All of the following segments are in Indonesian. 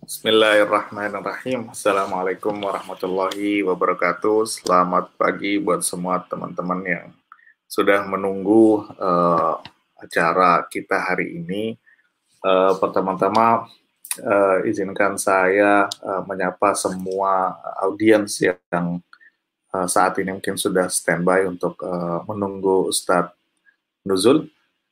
Bismillahirrahmanirrahim. Assalamualaikum warahmatullahi wabarakatuh. Selamat pagi buat semua teman-teman yang sudah menunggu acara kita hari ini. Pertama-tama izinkan saya menyapa semua audiens yang saat ini mungkin sudah standby untuk menunggu Ustadz Nuzul.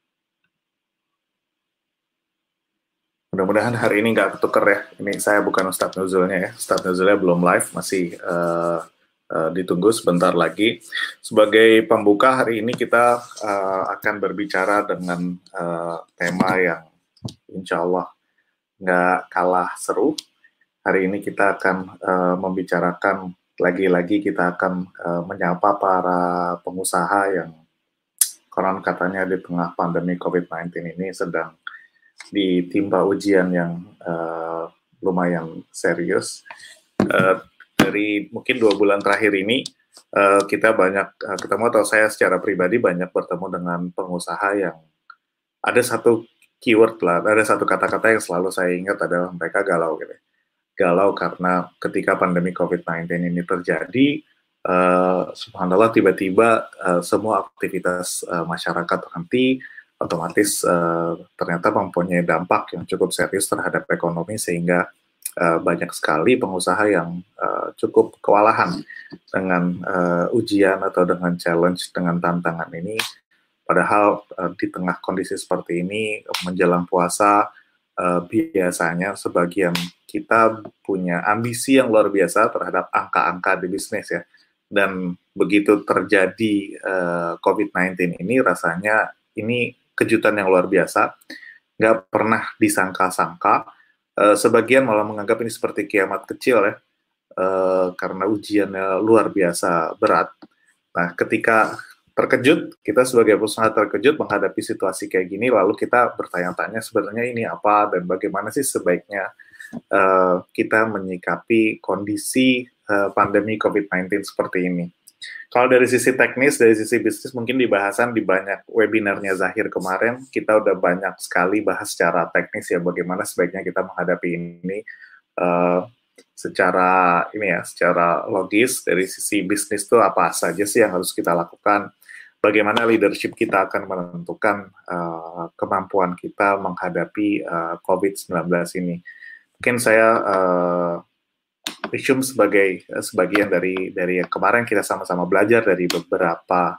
Mudah-mudahan hari ini nggak ketuker ya. Ini saya bukan Ustadz Nuzulnya ya. Ustadz Nuzulnya belum live, masih ditunggu sebentar lagi. Sebagai pembuka hari ini kita akan berbicara dengan tema yang insya Allah nggak kalah seru. Hari ini kita akan membicarakan, lagi-lagi kita akan menyapa para pengusaha yang konon katanya di tengah pandemi COVID-19 ini sedang ditimpa ujian yang lumayan serius. Dari mungkin 2 bulan terakhir ini kita banyak ketemu, atau saya secara pribadi banyak bertemu dengan pengusaha yang ada satu keyword lah, ada satu kata-kata yang selalu saya ingat adalah mereka galau gitu. Galau karena ketika pandemi COVID-19 ini terjadi, subhanallah tiba-tiba semua aktivitas masyarakat terhenti, otomatis ternyata mempunyai dampak yang cukup serius terhadap ekonomi, sehingga banyak sekali pengusaha yang cukup kewalahan dengan ujian atau dengan challenge, dengan tantangan ini. Padahal di tengah kondisi seperti ini, menjelang puasa, biasanya sebagian kita punya ambisi yang luar biasa terhadap angka-angka di bisnis ya. Dan begitu terjadi COVID-19 ini, rasanya ini kejutan yang luar biasa, nggak pernah disangka-sangka. Sebagian malah menganggap ini seperti kiamat kecil ya, karena ujiannya luar biasa berat. Nah, ketika terkejut, kita sebagai pengusaha terkejut menghadapi situasi kayak gini, lalu kita bertanya-tanya sebenarnya ini apa dan bagaimana sih sebaiknya kita menyikapi kondisi pandemi COVID-19 seperti ini. Kalau dari sisi teknis, dari sisi bisnis, mungkin di bahasan di banyak webinarnya Zahir kemarin, kita udah banyak sekali bahas secara teknis ya, bagaimana sebaiknya kita menghadapi ini secara logis. Dari sisi bisnis itu apa saja sih yang harus kita lakukan, bagaimana leadership kita akan menentukan kemampuan kita menghadapi COVID-19 ini. Mungkin saya resume sebagai sebagian dari yang kemarin kita sama-sama belajar dari beberapa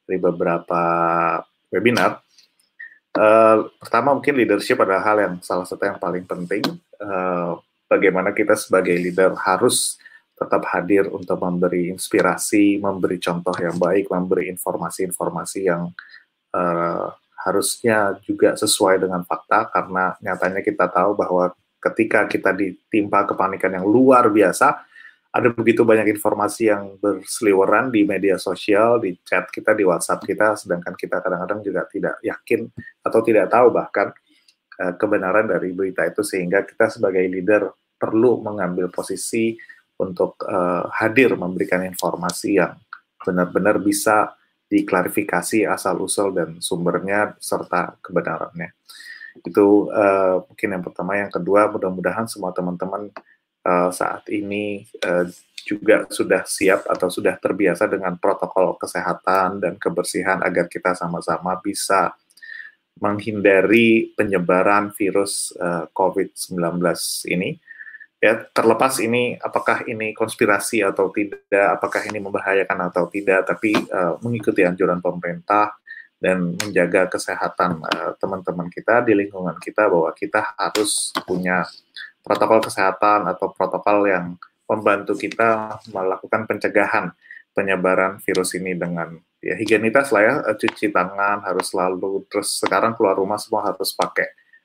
webinar. Pertama mungkin leadership adalah hal yang salah satu yang paling penting. Bagaimana kita sebagai leader harus tetap hadir untuk memberi inspirasi, memberi contoh yang baik, memberi informasi-informasi yang harusnya juga sesuai dengan fakta, karena nyatanya kita tahu bahwa ketika kita ditimpa kepanikan yang luar biasa, ada begitu banyak informasi yang berseliweran di media sosial, di chat kita, di WhatsApp kita, sedangkan kita kadang-kadang juga tidak yakin atau tidak tahu bahkan kebenaran dari berita itu, sehingga kita sebagai leader perlu mengambil posisi untuk hadir memberikan informasi yang benar-benar bisa diklarifikasi asal-usul dan sumbernya serta kebenarannya. Itu mungkin yang pertama. Yang kedua, mudah-mudahan semua teman-teman saat ini juga sudah siap atau sudah terbiasa dengan protokol kesehatan dan kebersihan agar kita sama-sama bisa menghindari penyebaran virus COVID-19 ini. Ya, terlepas ini apakah ini konspirasi atau tidak, apakah ini membahayakan atau tidak, tapi mengikuti anjuran pemerintah dan menjaga kesehatan teman-teman kita di lingkungan kita, bahwa kita harus punya protokol kesehatan atau protokol yang membantu kita melakukan pencegahan penyebaran virus ini dengan ya higienitas lah ya, cuci tangan harus selalu, terus sekarang keluar rumah semua harus pakai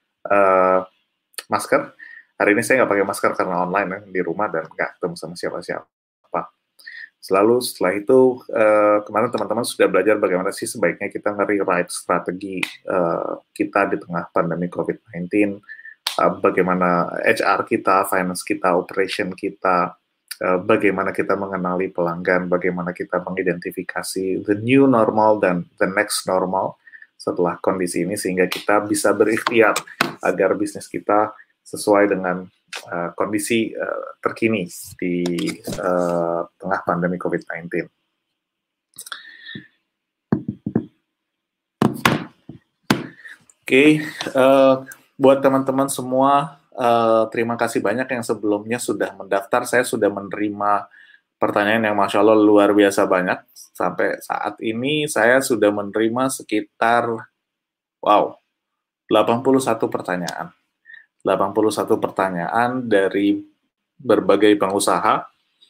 masker. Hari ini saya nggak pakai masker karena online ya, di rumah dan nggak ketemu sama siapa-siapa. Selalu setelah itu, kemarin teman-teman sudah belajar bagaimana sih sebaiknya kita nge-rewrite strategi kita di tengah pandemi COVID-19, bagaimana HR kita, finance kita, operation kita, bagaimana kita mengenali pelanggan, bagaimana kita mengidentifikasi the new normal dan the next normal setelah kondisi ini, sehingga kita bisa berikhtiar agar bisnis kita sesuai dengan kondisi terkini di tengah pandemi COVID-19. Oke, buat teman-teman semua, terima kasih banyak yang sebelumnya sudah mendaftar. Saya sudah menerima pertanyaan yang Masya Allah luar biasa banyak. Sampai saat ini saya sudah menerima sekitar, 81 pertanyaan. 81 pertanyaan dari berbagai pengusaha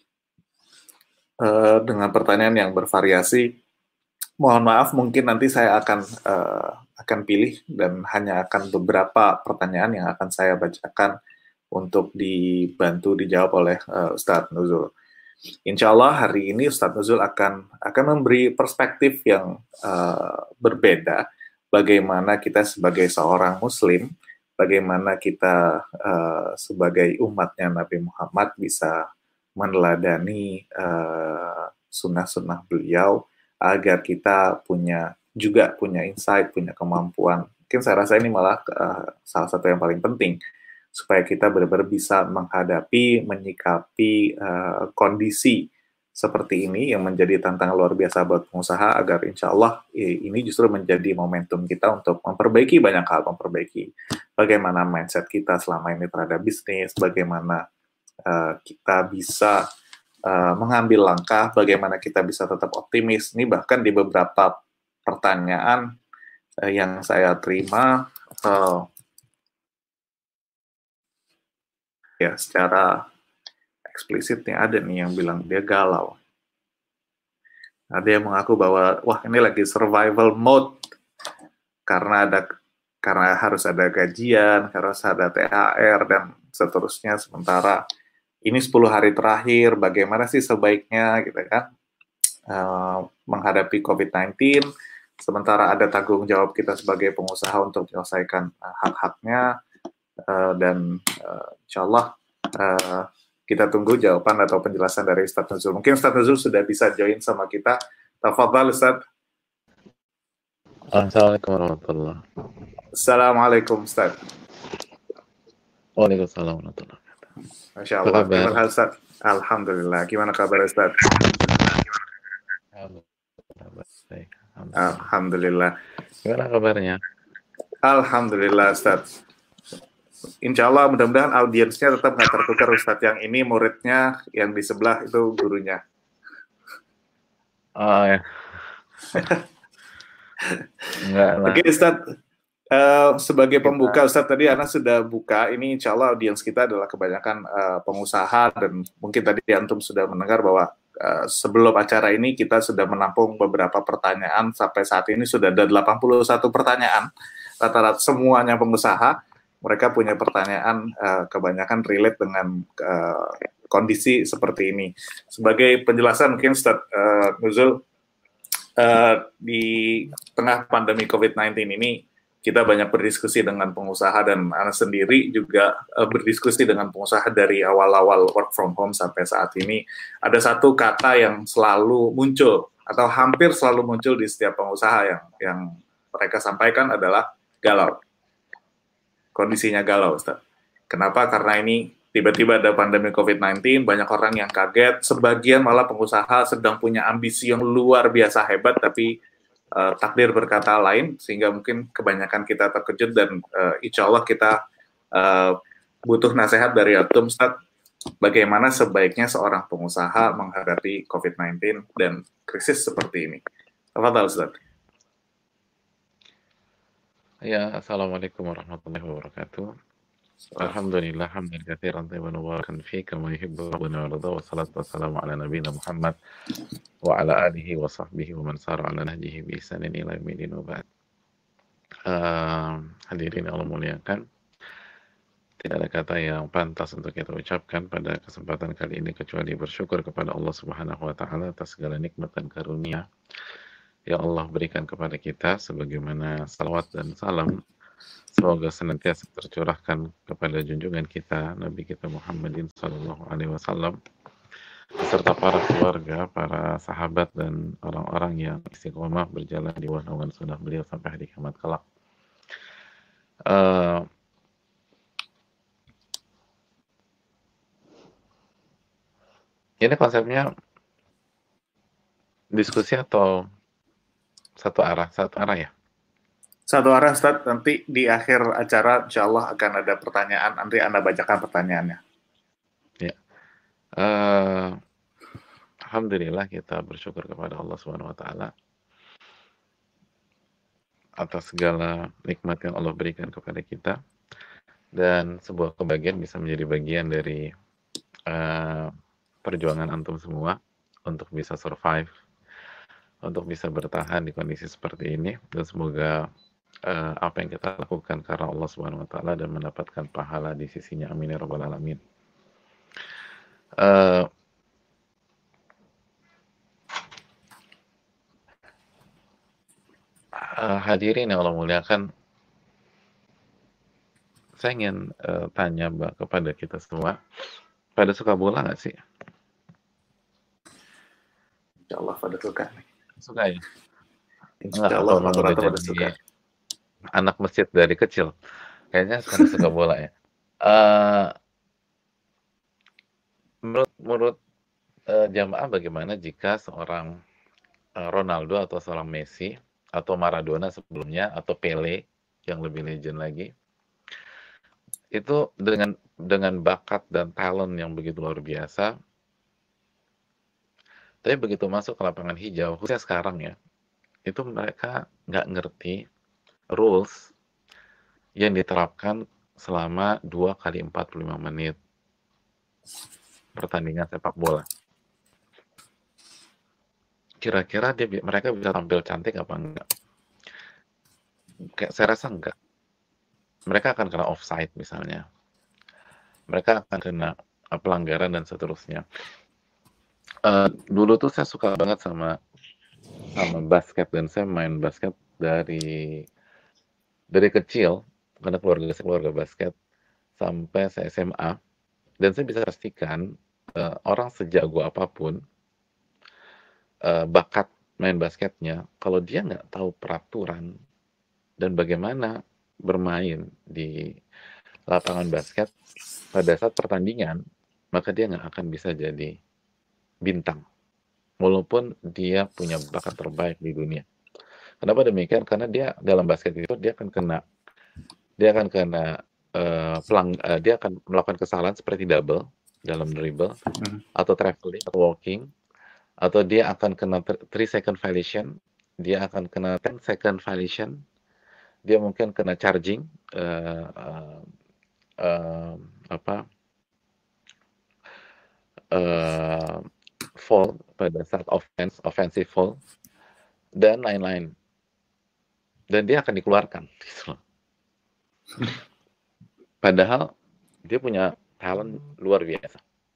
dengan pertanyaan yang bervariasi. Mohon maaf, mungkin nanti saya akan pilih dan hanya akan beberapa pertanyaan yang akan saya bacakan untuk dibantu dijawab oleh Ustadz Nuzul. Insya Allah hari ini Ustadz Nuzul akan memberi perspektif yang berbeda, bagaimana kita sebagai seorang Muslim, bagaimana kita sebagai umatnya Nabi Muhammad bisa meneladani sunnah-sunnah beliau, agar kita juga punya insight, punya kemampuan. Mungkin saya rasa ini malah salah satu yang paling penting, supaya kita benar-benar bisa menyikapi kondisi seperti ini yang menjadi tantangan luar biasa buat pengusaha, agar insya Allah ini justru menjadi momentum kita untuk memperbaiki banyak hal, memperbaiki bagaimana mindset kita selama ini terhadap bisnis, bagaimana kita bisa mengambil langkah, bagaimana kita bisa tetap optimis. Ini bahkan di beberapa pertanyaan yang saya terima, ya secara eksplisit nih ada nih yang bilang dia galau. Ada yang mengaku bahwa wah ini lagi survival mode karena harus ada gajian, harus ada THR dan seterusnya. Sementara ini 10 hari terakhir, bagaimana sih sebaiknya gitu kan menghadapi COVID-19, sementara ada tanggung jawab kita sebagai pengusaha untuk menyelesaikan hak-haknya, dan insya Allah kita tunggu jawaban atau penjelasan dari Ustadz Nuzul. Mungkin Ustadz Nuzul sudah bisa join sama kita. Tafadhal Ustadz. Assalamualaikum warahmatullahi wabarakatuh. Assalamualaikum Ustadz. Waalaikumsalam warahmatullahi wabarakatuh. Masya Allah. Gimana Ustaz? Alhamdulillah. Gimana kabar Ustaz? Alhamdulillah. Gimana kabarnya? Alhamdulillah Ustaz. Insya Allah mudah-mudahan audiensnya tetap nggak tertukar Ustaz. Yang ini muridnya, yang di sebelah itu gurunya. Oh ya. Oke Ustaz. Sebagai pembuka, Ustadz tadi Ana sudah buka, ini insya Allah audiens kita adalah kebanyakan pengusaha, dan mungkin tadi Antum sudah mendengar bahwa sebelum acara ini kita sudah menampung beberapa pertanyaan, sampai saat ini sudah ada 81 pertanyaan, rata-rata semuanya pengusaha, mereka punya pertanyaan kebanyakan relate dengan kondisi seperti ini. Sebagai penjelasan mungkin Ustadz Nuzul, di tengah pandemi COVID-19 ini, kita banyak berdiskusi dengan pengusaha, dan Ana sendiri juga berdiskusi dengan pengusaha dari awal-awal work from home sampai saat ini. Ada satu kata yang selalu muncul, atau hampir selalu muncul di setiap pengusaha yang mereka sampaikan adalah galau. Kondisinya galau, Ustaz. Kenapa? Karena ini tiba-tiba ada pandemi COVID-19, banyak orang yang kaget, sebagian malah pengusaha sedang punya ambisi yang luar biasa hebat, tapi takdir berkata lain, sehingga mungkin kebanyakan kita terkejut, dan insya Allah kita butuh nasihat dari Antum, Ustaz, bagaimana sebaiknya seorang pengusaha menghadapi COVID-19 dan krisis seperti ini. Tafadhal Ustaz. Ya, Assalamualaikum warahmatullahi wabarakatuh. Alhamdulillah, hamdan katsiran tayyiban mubarakan fihi kama yuhibbu rabbuna wa yarda, wa salatu wassalamu ala nabiyina Muhammad wa ala alihi wa sahbihi wa man sara ala nahjihi bi ihsanin ila yaumil wa ba'd. Hadirin Allah muliakan, tidak ada kata yang pantas untuk kita ucapkan pada kesempatan kali ini kecuali bersyukur kepada Allah Subhanahu wa taala atas segala nikmat dan karunia yang Allah berikan kepada kita, sebagaimana salawat dan salam semoga senantiasa tercurahkan kepada junjungan kita Nabi kita Muhammadin sallallahu alaihi wasallam beserta para keluarga, para sahabat, dan orang-orang yang istiqomah berjalan di bawah naungan sunnah beliau sampai hari kiamat kelak. Ini konsepnya diskusi atau satu arah? Satu arah ya? Satu arah, Ustaz. Nanti di akhir acara, insya Allah akan ada pertanyaan. Nanti Anda bacakan pertanyaannya. Ya. Alhamdulillah kita bersyukur kepada Allah Subhanahu wa taala atas segala nikmat yang Allah berikan kepada kita, dan sebuah kebahagiaan bisa menjadi bagian dari perjuangan antum semua untuk bisa survive, untuk bisa bertahan di kondisi seperti ini, dan semoga apa yang kita lakukan karena Allah Subhanahu wa taala dan mendapatkan pahala di sisinya, amin ya rabbal alamin. Hadirin yang Allah muliakan, saya ingin tanya Mbak kepada kita semua, pada suka bola nggak sih? Insya Allah pada suka. Suka ya? Insya Allah rata-rata pada suka. Anak masjid dari kecil, kayaknya suka bola ya. Menurut jamaah bagaimana jika seorang Ronaldo atau seorang Messi atau Maradona sebelumnya atau Pele yang lebih legend lagi, itu dengan bakat dan talent yang begitu luar biasa, tapi begitu masuk ke lapangan hijau, khususnya sekarang ya, itu mereka nggak ngerti rules yang diterapkan selama 2 kali 45 menit pertandingan sepak bola. Kira-kira mereka bisa tampil cantik apa enggak? Kayak saya rasa enggak. Mereka akan kena offside misalnya. Mereka akan kena pelanggaran dan seterusnya. Dulu tuh saya suka banget sama basket, dan saya main basket dari kecil, karena keluarga saya keluarga basket, sampai saya SMA, dan saya bisa pastikan orang sejago apapun bakat main basketnya, kalau dia nggak tahu peraturan dan bagaimana bermain di lapangan basket pada saat pertandingan, maka dia nggak akan bisa jadi bintang, walaupun dia punya bakat terbaik di dunia. Kenapa demikian? Karena dia dalam basket itu dia akan kena dia akan melakukan kesalahan seperti double dalam dribble, atau traveling, atau walking, atau dia akan kena 3 second violation, dia akan kena 10 second violation, dia mungkin kena charging, fall pada saat offensive fall, dan lain-lain. Dan dia akan dikeluarkan. Gitu. Padahal dia punya talent luar biasa.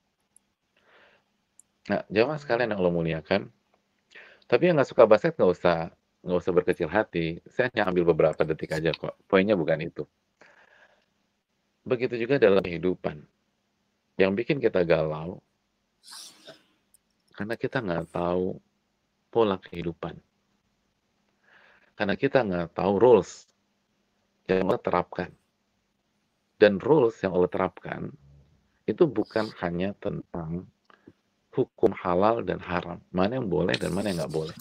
Nah, jamaah sekalian yang Allah muliakan, tapi yang nggak suka basket nggak usah berkecil hati. Saya hanya ambil beberapa detik aja kok. Poinnya bukan itu. Begitu juga dalam kehidupan. Yang bikin kita galau, karena kita nggak tahu pola kehidupan. Karena kita nggak tahu rules yang Allah terapkan. Dan rules yang Allah terapkan, itu bukan hanya tentang hukum halal dan haram. Mana yang boleh dan mana yang nggak boleh.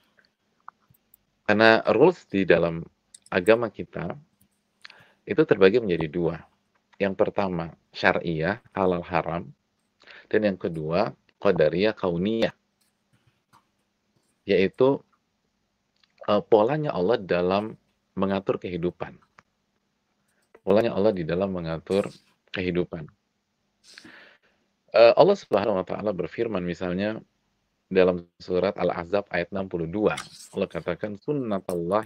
Karena rules di dalam agama kita, itu terbagi menjadi 2. Yang pertama, syariah, halal haram. Dan yang kedua, qadariyah, kauniyah. Yaitu polanya Allah dalam mengatur kehidupan. Polanya Allah di dalam mengatur kehidupan. Allah Subhanahu wa taala berfirman misalnya dalam surat Al-Ahzab ayat 62. Allah katakan sunnatullah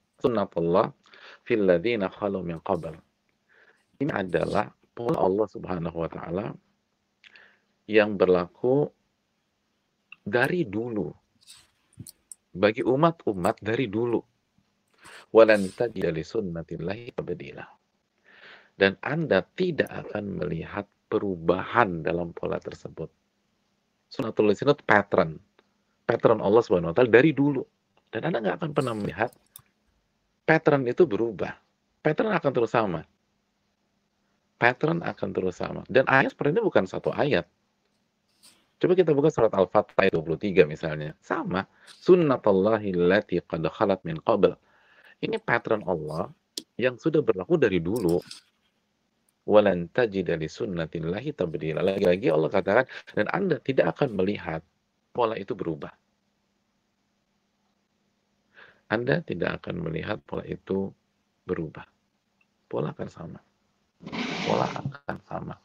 fil ladzina khalu min qabl. Ini adalah pola Allah Subhanahu wa taala yang berlaku dari dulu bagi umat-umat dari dulu. Walan tajida li sunnatillahi tabdila. Dan Anda tidak akan melihat perubahan dalam pola tersebut. Sunnatullah itu pattern Allah Subhanahu wa taala dari dulu. Dan Anda nggak akan pernah melihat pattern itu berubah. Pattern akan terus sama. Dan ayat seperti ini bukan satu ayat. Coba kita buka surat Al-Fatih ayat 23 misalnya. Sama. Sunnatullahi allati qad khalat min qabl. Ini pattern Allah yang sudah berlaku dari dulu. Walan tajida li sunnatillahi tabdila. Lagi-lagi Allah katakan, dan Anda tidak akan melihat pola itu berubah. Anda tidak akan melihat pola itu berubah. Pola akan sama. Pola akan sama.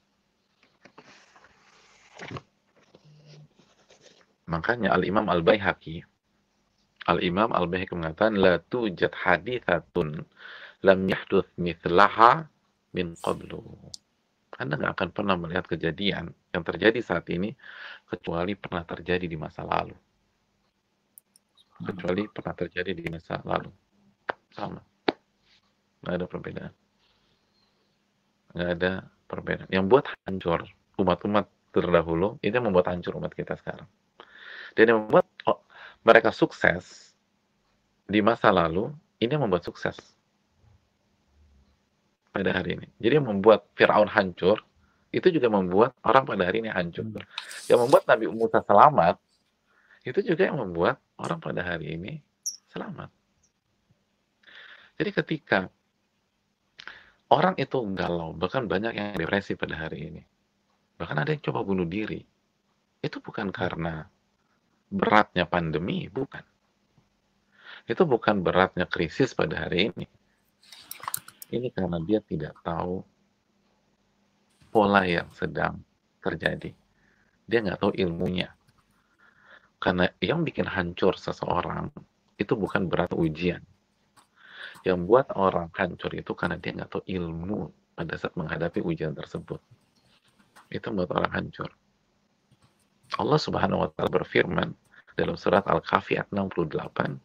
Makanya Al-Imam Al-Baihaqi mengatakan la tujad hadithatun lam yahduth mithlaha min qablu. Anda nggak akan pernah melihat kejadian yang terjadi saat ini kecuali pernah terjadi di masa lalu. Kecuali pernah terjadi di masa lalu. Sama. Nggak ada perbedaan. Nggak ada perbedaan. Yang buat hancur umat-umat terdahulu, itu yang membuat hancur umat kita sekarang. Dan yang membuat mereka sukses di masa lalu, ini yang membuat sukses pada hari ini. Jadi yang membuat Fir'aun hancur, itu juga membuat orang pada hari ini hancur. Yang membuat Nabi Musa selamat, itu juga yang membuat orang pada hari ini selamat. Jadi ketika orang itu galau, bahkan banyak yang depresi pada hari ini, bahkan ada yang coba bunuh diri, itu bukan karena beratnya pandemi, bukan. Itu bukan beratnya krisis pada hari ini. Ini karena dia tidak tahu pola yang sedang terjadi. Dia nggak tahu ilmunya. Karena yang bikin hancur seseorang, itu bukan berat ujian. Yang buat orang hancur itu karena dia nggak tahu ilmu pada saat menghadapi ujian tersebut. Itu membuat orang hancur. Allah Subhanahu wa Ta'ala berfirman dalam surat Al-Kahfi ayat 68,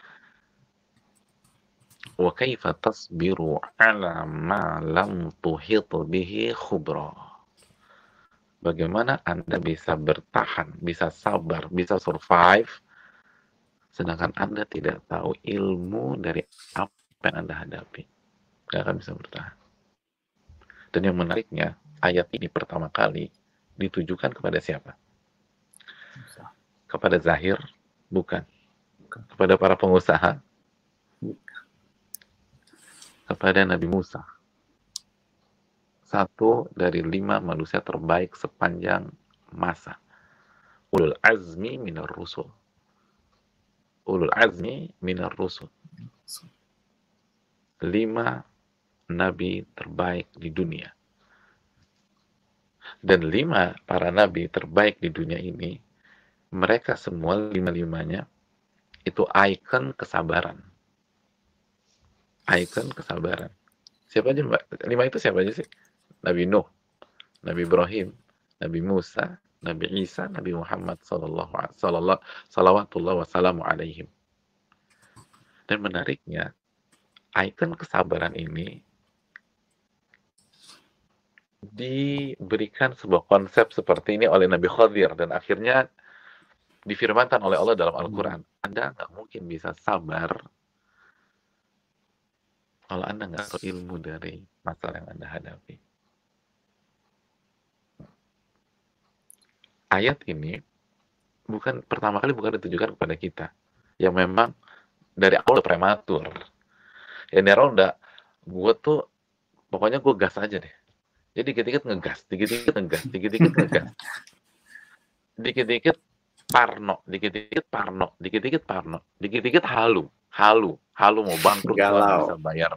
wa kaifa tasbiru ala ma lam tuhit bihi khubra. Bagaimana Anda bisa bertahan, bisa sabar, bisa survive, sedangkan Anda tidak tahu ilmu dari apa yang Anda hadapi. Tidak akan bisa bertahan. Dan yang menariknya, ayat ini pertama kali ditujukan kepada siapa? Kepada Zahir? Bukan. Kepada para pengusaha? Kepada Nabi Musa. 1 dari 5 manusia terbaik sepanjang masa. Ulul azmi minar rusul. Ulul azmi minar rusul. 5 nabi terbaik di dunia. Dan 5 para nabi terbaik di dunia ini, mereka semua 5-5-nya itu ikon kesabaran. Ikon kesabaran. Siapa aja, Mbak? 5 itu siapa aja sih? Nabi Nuh, Nabi Ibrahim, Nabi Musa, Nabi Isa, Nabi Muhammad salawatullah wassalamu alaihim. Dan menariknya, ikon kesabaran ini diberikan sebuah konsep seperti ini oleh Nabi Khadir, dan akhirnya difirmankan oleh Allah dalam Al-Quran. Anda nggak mungkin bisa sabar kalau Anda nggak tahu ilmu dari masalah yang Anda hadapi. Ayat ini pertama kali bukan ditujukan kepada kita yang memang dari awal udah prematur. Ya dari awal udah, gue tuh pokoknya gue gas aja deh. Jadi dikit-dikit ngegas, dikit-dikit ngegas, dikit-dikit ngegas, dikit-dikit parno, dikit-dikit parno, dikit-dikit parno, dikit-dikit halu mau bangkrut kalau bisa bayar.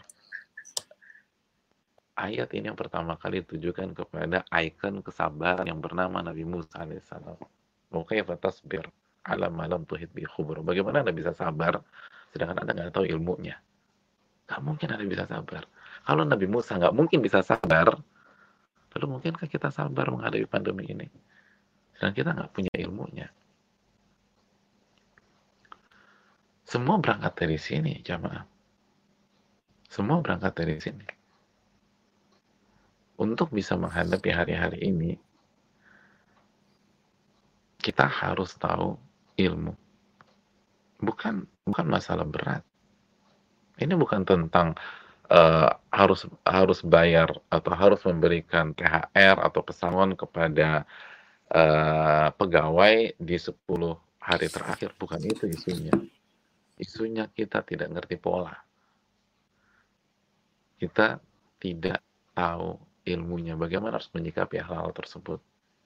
Ayat ini yang pertama kali ditujukan kepada ikon kesabaran yang bernama Nabi Musa alaihissalam. Kaifa tasbir ala ma lam tuhit bi khubur. Bagaimana Anda bisa sabar sedangkan Anda nggak tahu ilmunya? Nggak mungkin Anda bisa sabar. Kalau Nabi Musa nggak mungkin bisa sabar, lalu mungkinkah kita sabar menghadapi pandemi ini? Dan kita nggak punya ilmunya. Semua berangkat dari sini, jamaah. Semua berangkat dari sini. Untuk bisa menghadapi hari-hari ini, kita harus tahu ilmu. Bukan masalah berat. Ini bukan tentang harus bayar atau harus memberikan THR atau pesangon kepada pegawai di 10 hari terakhir, bukan itu isunya. Isunya kita tidak ngerti pola. Kita tidak tahu ilmunya, bagaimana harus menyikapi hal-hal tersebut.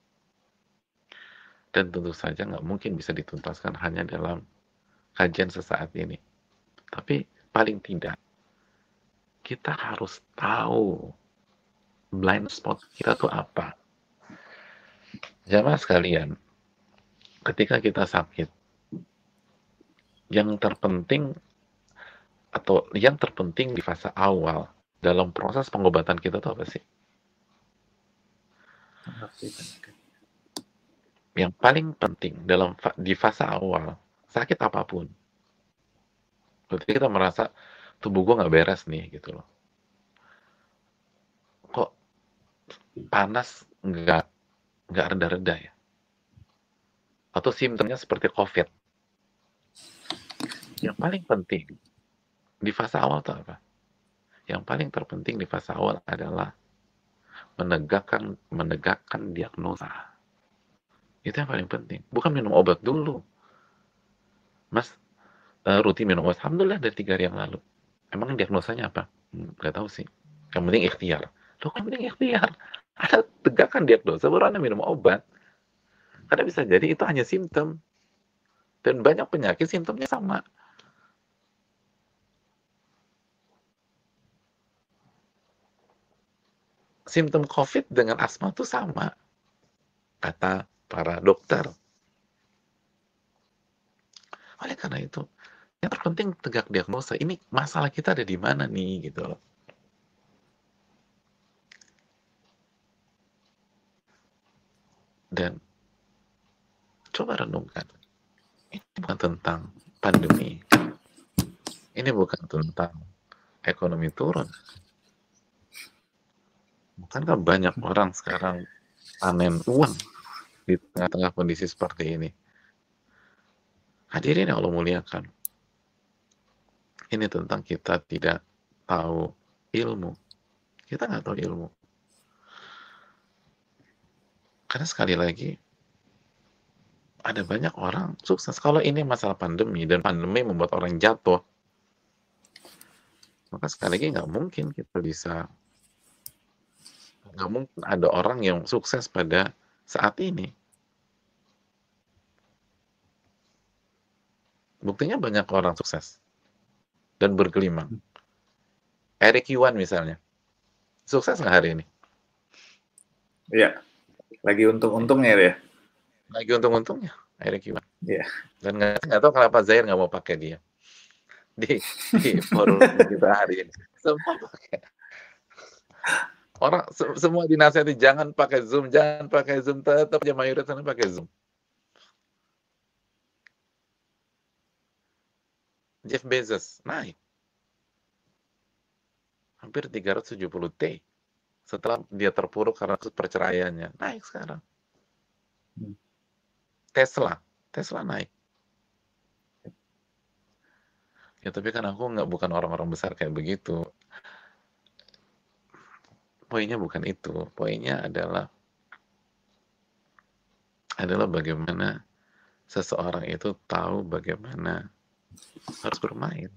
Dan tentu saja nggak mungkin bisa dituntaskan hanya dalam kajian sesaat ini. Tapi paling tidak, kita harus tahu blind spot kita tuh apa. Jamaah sekalian, ketika kita sakit, yang terpenting di fase awal dalam proses pengobatan kita tuh apa sih? Yang paling penting di fase awal, sakit apapun, berarti kita merasa tubuh gue nggak beres nih gitu loh. Kok panas nggak reda-reda ya? Atau simptomnya seperti COVID. Yang paling penting di fase awal itu apa? Yang paling terpenting di fase awal adalah menegakkan diagnosa. Itu yang paling penting. Bukan minum obat dulu. Mas, rutin minum obat. Alhamdulillah dari 3 hari yang lalu. Emang diagnosanya apa? Nggak tahu sih. Yang penting ikhtiar. Loh, yang penting ikhtiar. Ada tegakkan diagnosa, baru Anda minum obat. Karena bisa jadi itu hanya simptom. Dan banyak penyakit simptomnya sama. Simptom COVID dengan asma itu sama, kata para dokter. Oleh karena itu, yang terpenting tegak diagnosa. Ini masalah kita ada di mana nih, gitu loh. Dan coba renungkan, ini bukan tentang pandemi. Ini bukan tentang ekonomi turun. Bukankah banyak orang sekarang panen uang di tengah-tengah kondisi seperti ini? Hadirin yang Allah muliakan, ini tentang kita tidak tahu ilmu. Kita nggak tahu ilmu. Karena sekali lagi, ada banyak orang sukses. Kalau ini masalah pandemi, dan pandemi membuat orang jatuh, maka sekali lagi nggak mungkin ada orang yang sukses pada saat ini. Buktinya banyak orang sukses dan bergelimang. Eric Yuan misalnya, sukses nggak hari ini? Iya, lagi untung-untungnya ya. Lagi untung-untungnya, Eric Yuan. Iya. Dan nggak tahu kenapa Zair nggak mau pakai dia di forum kita hari ini. Semua pakai. Orang semua dinasihati jangan pakai Zoom, tetap aja mayoritasnya pakai Zoom. Jeff Bezos naik hampir 370T setelah dia terpuruk karena perceraiannya, naik sekarang. Tesla naik. Ya tapi kan aku bukan orang-orang besar kayak begitu. Poinnya bukan itu. Poinnya adalah bagaimana seseorang itu tahu bagaimana harus bermain.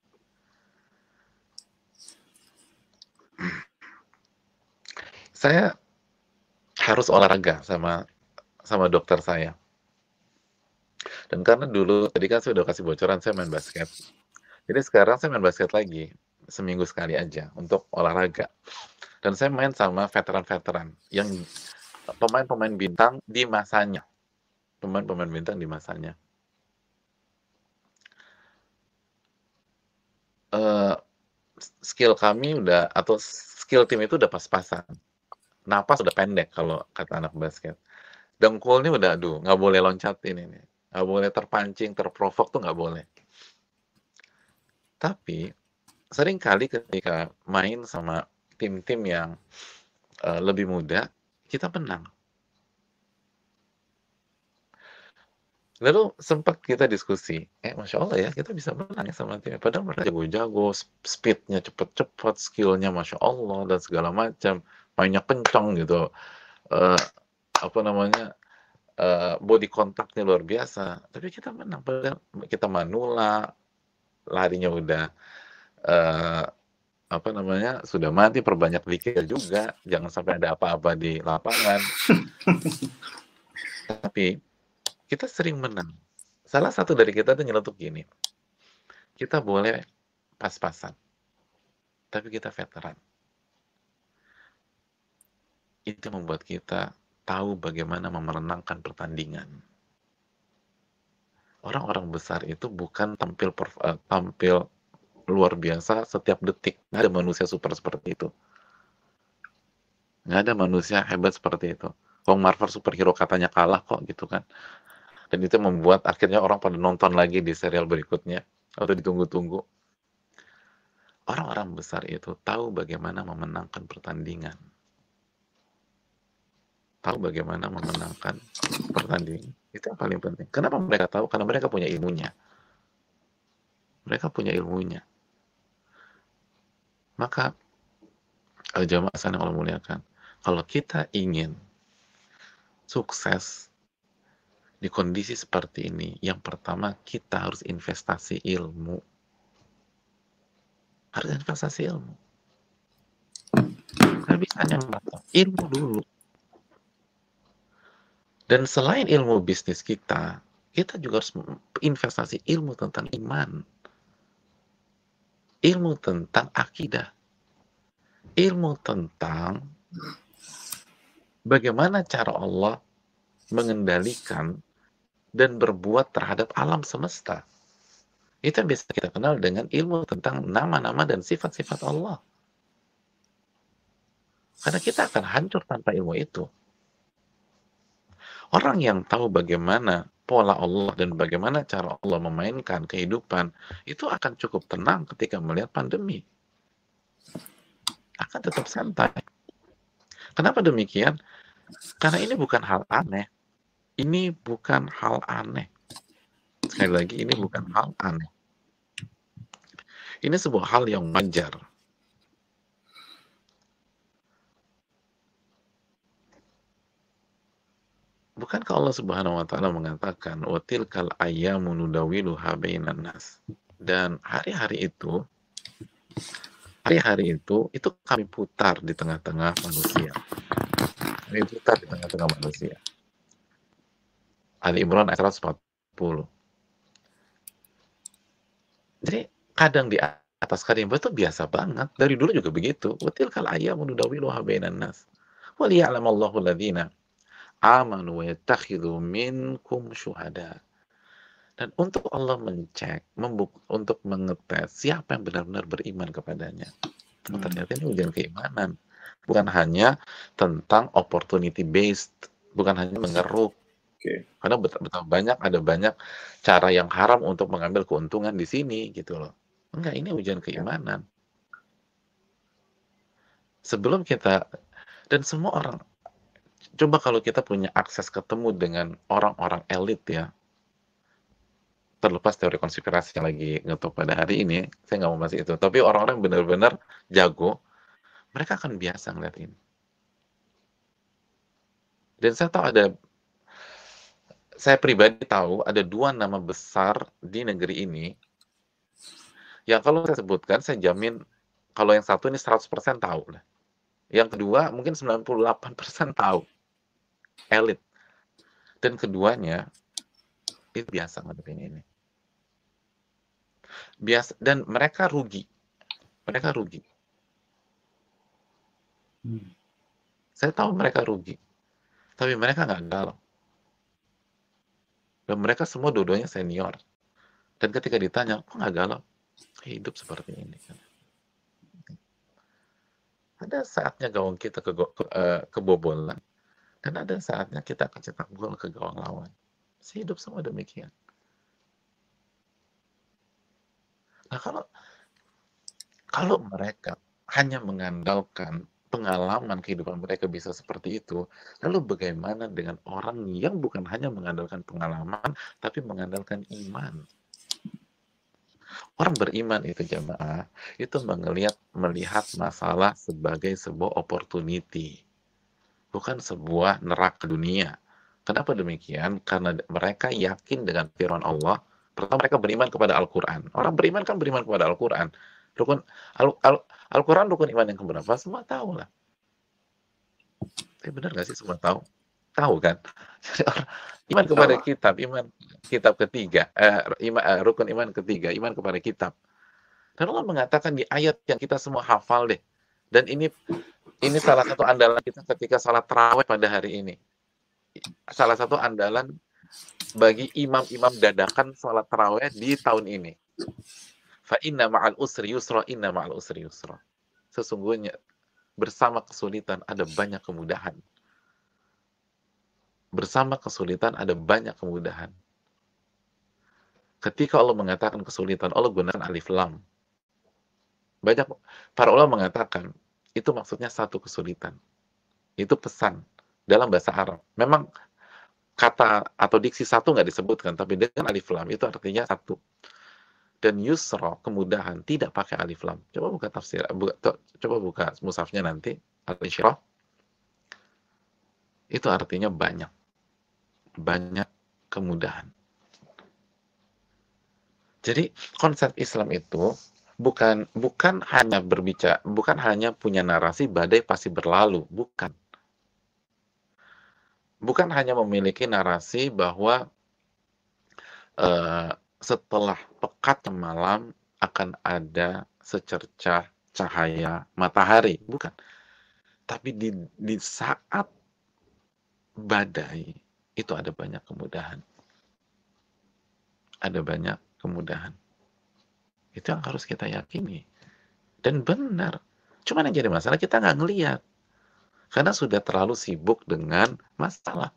Saya harus olahraga sama dokter saya. Dan karena dulu, tadi kan saya udah kasih bocoran, saya main basket. Jadi sekarang saya main basket lagi, seminggu sekali aja, untuk olahraga. Dan saya main sama veteran-veteran, yang pemain-pemain bintang di masanya. Pemain-pemain bintang di masanya. Skill kami atau skill tim itu udah pas-pasan. Napas udah pendek kalau kata anak basket. Dengkulnya udah, nggak boleh loncatin ini. Nggak boleh terpancing, terprovok tuh nggak boleh. Tapi, seringkali ketika main sama tim-tim yang lebih muda, kita menang. Lalu sempat kita diskusi, Masya Allah ya, kita bisa menang ya sama tim. Padahal mereka jago-jago, speednya cepet-cepet, skillnya Masya Allah, dan segala macam. Mainnya kencang gitu. body contact-nya luar biasa, tapi kita menang. Padahal kita manula, larinya udah, eee, apa namanya, sudah mati, perbanyak zikir juga, jangan sampai ada apa-apa di lapangan. Tapi kita sering menang. Salah satu dari kita tuh nyeletuk gini, kita boleh pas-pasan, tapi kita veteran. Itu membuat kita tahu bagaimana memenangkan pertandingan. Orang-orang besar itu bukan tampil luar biasa setiap detik. Nggak ada manusia super seperti itu. Nggak ada manusia hebat seperti itu. Wong Marvel superhero katanya kalah kok gitu kan. Dan itu membuat akhirnya orang pada nonton lagi di serial berikutnya atau ditunggu-tunggu. Orang-orang besar itu tahu bagaimana memenangkan pertandingan. Tahu bagaimana memenangkan pertandingan. Itu yang paling penting. Kenapa mereka tahu? Karena mereka punya ilmunya. Mereka punya ilmunya. Maka jamaah yang Allah muliakan, kalau kita ingin sukses di kondisi seperti ini, yang pertama kita harus investasi ilmu. Harus investasi ilmu. Nggak bisa yang ilmu dulu. Dan selain ilmu bisnis kita juga harus investasi ilmu tentang iman. Ilmu tentang akidah. Ilmu tentang bagaimana cara Allah mengendalikan dan berbuat terhadap alam semesta. Itu yang bisa kita kenal dengan ilmu tentang nama-nama dan sifat-sifat Allah. Karena kita akan hancur tanpa ilmu itu. Orang yang tahu bagaimana pola Allah dan bagaimana cara Allah memainkan kehidupan, itu akan cukup tenang ketika melihat pandemi. Akan tetap santai. Kenapa demikian? Karena ini bukan hal aneh. Ini bukan hal aneh. Sekali lagi, ini bukan hal aneh. Ini sebuah hal yang wajar. Bukankah Allah Subhanahu wa taala mengatakan wa tilkal ayyamu nudawiluha bainan nas. Dan hari-hari itu kami putar di tengah-tengah manusia. Kami putar di tengah-tengah manusia. Ali Imran ayat 140. Jadi kadang di atas kalimat itu biasa banget. Dari dulu juga begitu. Wa tilkal ayyamu nudawiluha bainan nas. Wa liya'lamallahu alladziina amanu wa yattakhidhu minkum syuhada. Dan untuk Allah mencek, untuk mengetes siapa yang benar-benar beriman kepadanya. Ternyata ini ujian keimanan. Bukan hanya tentang opportunity based, bukan hanya mengeruk. Karena ada banyak cara yang haram untuk mengambil keuntungan di sini gitu loh. Enggak, ini ujian keimanan. Sebelum kita, dan semua orang, coba kalau kita punya akses ketemu dengan orang-orang elit ya, terlepas teori konspirasi yang lagi ngetop pada hari ini, saya nggak mau bahas itu. Tapi orang-orang benar-benar jago, mereka akan biasa ngeliat ini. Dan saya pribadi tahu ada 2 nama besar di negeri ini, yang kalau saya sebutkan, saya jamin kalau yang satu ini 100% tahu lah. Yang kedua mungkin 98% tahu. Elit. Dan keduanya itu biasa ngadepin ini. Biasa, dan mereka rugi. Saya tahu mereka rugi. Tapi mereka nggak galau. Dan mereka semua dua-duanya senior. Dan ketika ditanya, kok nggak galau? Hidup seperti ini. Ada saatnya gawang kita kebobolan. Dan ada saatnya kita akan cetak gol ke gawang lawan. Hidup semua demikian. Nah, kalau mereka hanya mengandalkan pengalaman kehidupan mereka bisa seperti itu, lalu bagaimana dengan orang yang bukan hanya mengandalkan pengalaman, tapi mengandalkan iman? Orang beriman itu jamaah, itu melihat masalah sebagai sebuah opportunity, bukan sebuah neraka dunia. Kenapa demikian? Karena mereka yakin dengan firman Allah. Pertama, mereka beriman kepada Al-Quran. Orang beriman kan beriman kepada Al-Quran. Rukun Al-Quran rukun iman yang keberapa? Semua tahu lah. Tapi benar nggak sih semua tahu? Tahu kan? Jadi iman kepada kitab, iman kitab ketiga, rukun iman ketiga, iman kepada kitab. Dan Allah mengatakan di ayat yang kita semua hafal deh. Dan ini salah satu andalan kita ketika salat tarawih pada hari ini. Salah satu andalan bagi imam-imam dadakan salat tarawih di tahun ini. Fa inna ma'al usri yusra, inna ma'al usri yusra. Sesungguhnya bersama kesulitan ada banyak kemudahan. Bersama kesulitan ada banyak kemudahan. Ketika Allah mengatakan kesulitan, Allah gunakan alif lam. Banyak para ulama mengatakan itu maksudnya satu kesulitan. Itu pesan dalam bahasa Arab. Memang kata atau diksi satu nggak disebutkan, tapi dengan alif lam itu artinya satu. Dan yusra, kemudahan, tidak pakai alif lam. Coba buka tafsir, coba buka mushafnya nanti, Al-Insyirah. Itu artinya banyak. Banyak kemudahan. Jadi konsep Islam itu bukan hanya berbicara, bukan hanya punya narasi badai pasti berlalu, bukan. Bukan hanya memiliki narasi bahwa setelah pekatnya malam akan ada secercah cahaya matahari, bukan. Tapi di saat badai itu ada banyak kemudahan. Ada banyak kemudahan. Itu yang harus kita yakini. Dan benar. Cuma yang jadi masalah kita nggak ngelihat. Karena sudah terlalu sibuk dengan masalah.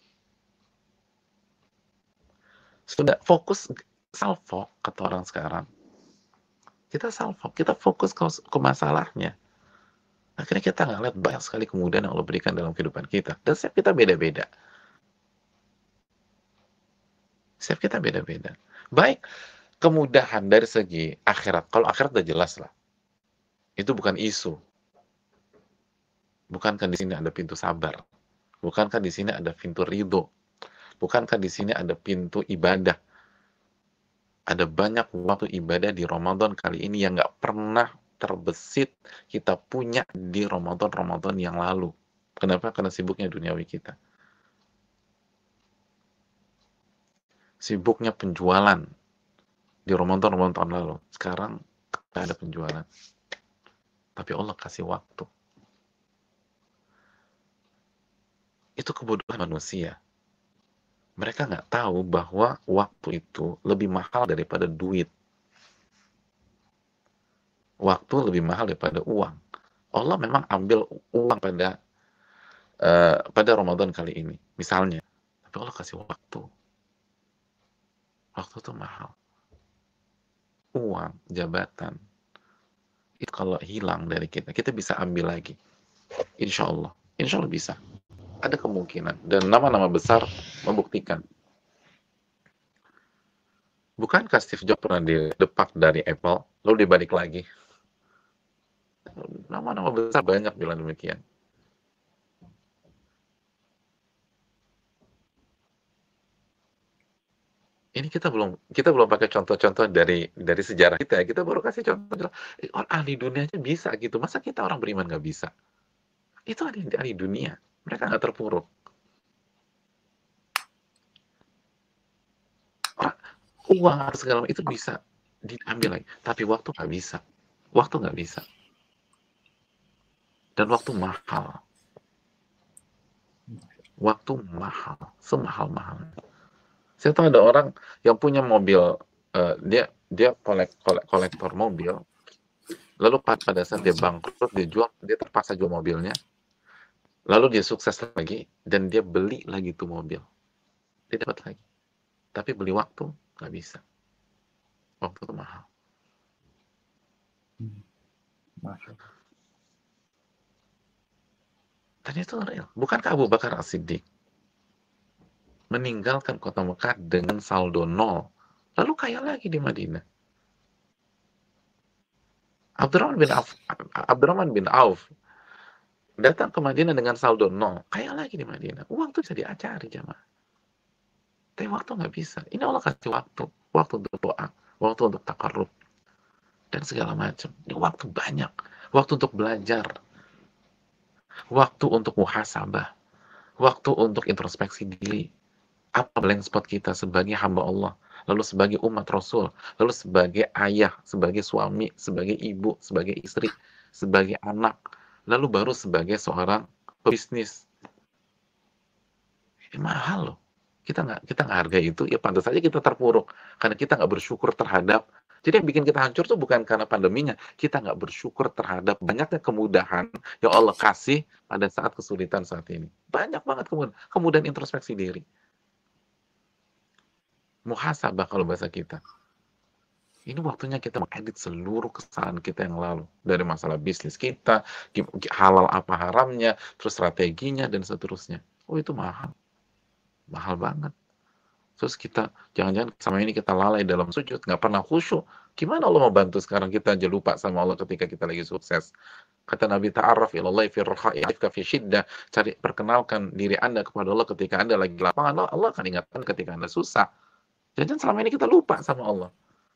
Sudah fokus salfok, kata orang sekarang. Kita salfok, kita fokus ke masalahnya. Akhirnya kita nggak lihat banyak sekali kemudahan yang Allah berikan dalam kehidupan kita. Dan setiap kita beda-beda. Setiap kita beda-beda. Baik, kemudahan dari segi akhirat. Kalau akhirat udah jelas lah. Itu bukan isu. Bukankah di sini ada pintu sabar? Bukankah di sini ada pintu ridho? Bukankah di sini ada pintu ibadah? Ada banyak waktu ibadah di Ramadan kali ini yang nggak pernah terbesit kita punya di Ramadan yang lalu. Kenapa? Karena sibuknya duniawi kita. Sibuknya penjualan di Ramadan tahun lalu. Sekarang nggak ada penjualan. Tapi Allah kasih waktu. Itu kebodohan manusia. Mereka nggak tahu bahwa waktu itu lebih mahal daripada duit. Waktu lebih mahal daripada uang. Allah memang ambil uang pada Ramadan kali ini, misalnya. Tapi Allah kasih waktu. Waktu itu mahal. Uang, jabatan, itu kalau hilang dari kita bisa ambil lagi. Insya Allah bisa. Ada kemungkinan. Dan nama-nama besar membuktikan. Bukankah Steve Jobs pernah didepak dari Apple, lalu dibalik lagi? Nama-nama besar banyak bilang demikian. Ini kita belum pakai contoh-contoh dari sejarah kita. Kita baru kasih contoh. Ahli dunianya bisa gitu. Masa kita orang beriman nggak bisa? Itu ahli dunia. Mereka nggak terpuruk. Uang atau segala macam itu bisa diambil lagi. Tapi waktu nggak bisa. Waktu nggak bisa. Dan waktu mahal. Waktu mahal. Semahal-mahal. Saya tahu ada orang yang punya mobil, dia kolektor mobil, lalu pada saat dia bangkrut, dia terpaksa jual mobilnya, lalu dia sukses lagi, dan dia beli lagi tuh mobil. Dia dapat lagi. Tapi beli waktu, nggak bisa. Waktu itu mahal. Dan itu real. Bukankah Abu Bakar As-Siddiq meninggalkan kota Mekah dengan saldo 0, lalu kaya lagi di Madinah? Abdurrahman bin Auf Datang ke Madinah dengan saldo 0, kaya lagi di Madinah. Uang tuh bisa dicari jamaah. Tapi waktu nggak bisa. Ini Allah kasih waktu. Waktu untuk doa, waktu untuk takarrub, dan segala macam. Ini waktu banyak. Waktu untuk belajar, waktu untuk muhasabah, waktu untuk introspeksi diri. Apa blank spot kita sebagai hamba Allah, lalu sebagai umat Rasul, lalu sebagai ayah, sebagai suami, sebagai ibu, sebagai istri, sebagai anak, lalu baru sebagai seorang pebisnis. Ini mahal loh. Kita nggak hargai itu, ya pantas saja kita terpuruk karena kita nggak bersyukur terhadap. Jadi yang bikin kita hancur tuh bukan karena pandeminya, kita nggak bersyukur terhadap banyaknya kemudahan yang Allah kasih pada saat kesulitan saat ini. Banyak banget kemudahan introspeksi diri. Muhasabah kalau bahasa kita. Ini waktunya kita mengedit seluruh kesalahan kita yang lalu. Dari masalah bisnis kita, halal apa haramnya, terus strateginya, dan seterusnya. Oh itu mahal. Mahal banget. Terus kita, jangan-jangan sama ini kita lalai dalam sujud, nggak pernah khusyuk. Gimana Allah mau bantu sekarang kita aja lupa sama Allah ketika kita lagi sukses. Kata Nabi, ta'arraf ilallahi fi raha ya'rifka fi syiddah. Perkenalkan diri Anda kepada Allah ketika Anda lagi lapangan, Allah akan ingatkan ketika Anda susah. Jangan selama ini kita lupa sama Allah.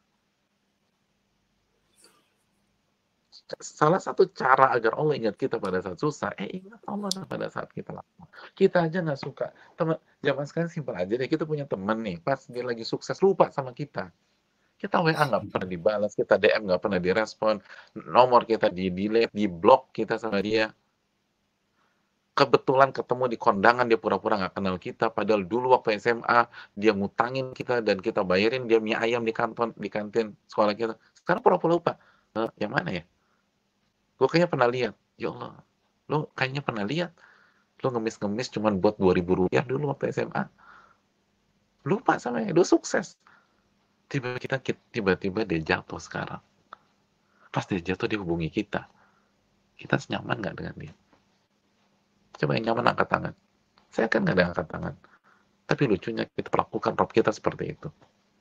Salah satu cara agar Allah ingat kita pada saat susah, ingat Allah pada saat kita lapar. Kita aja nggak suka. Teman zaman sekarang simpel aja deh, kita punya teman nih, pas dia lagi sukses lupa sama kita. Kita WA nggak pernah dibalas, kita DM nggak pernah direspon, nomor kita di-delete, di-block kita sama dia. Kebetulan ketemu di kondangan, dia pura-pura nggak kenal kita, padahal dulu waktu SMA, dia ngutangin kita dan kita bayarin dia mie ayam di kantin sekolah kita. Sekarang pura-pura lupa. Yang mana ya? Gue kayaknya pernah lihat. Ya Allah, lo kayaknya pernah lihat. Lo ngemis-ngemis cuman buat 2.000 rupiah dulu waktu SMA. Lupa sama ya, udah sukses. Tiba-tiba dia jatuh sekarang. Pas dia jatuh, dia hubungi kita. Kita senyaman nggak dengan dia? Coba yang nyaman angkat tangan. Saya kan nggak ada angkat tangan. Tapi lucunya kita perlakukan Rob kita seperti itu.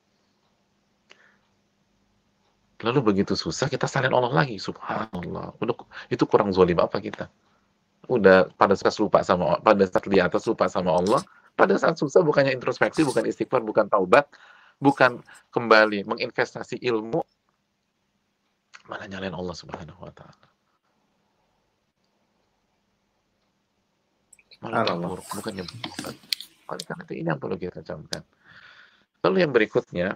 Lalu begitu susah, kita salin Allah lagi. Subhanallah. Itu kurang zalim apa kita? Udah pada saat lupa sama, pada saat di atas lupa sama Allah, pada saat susah bukannya introspeksi, bukan istighfar, bukan taubat, bukan kembali menginvestasi ilmu, malah nyalain Allah Subhanahu wa Ta'ala. Malah terpuruk, bukannya bertobat. Oleh karena itu, ini yang perlu kita camkan. Lalu yang berikutnya,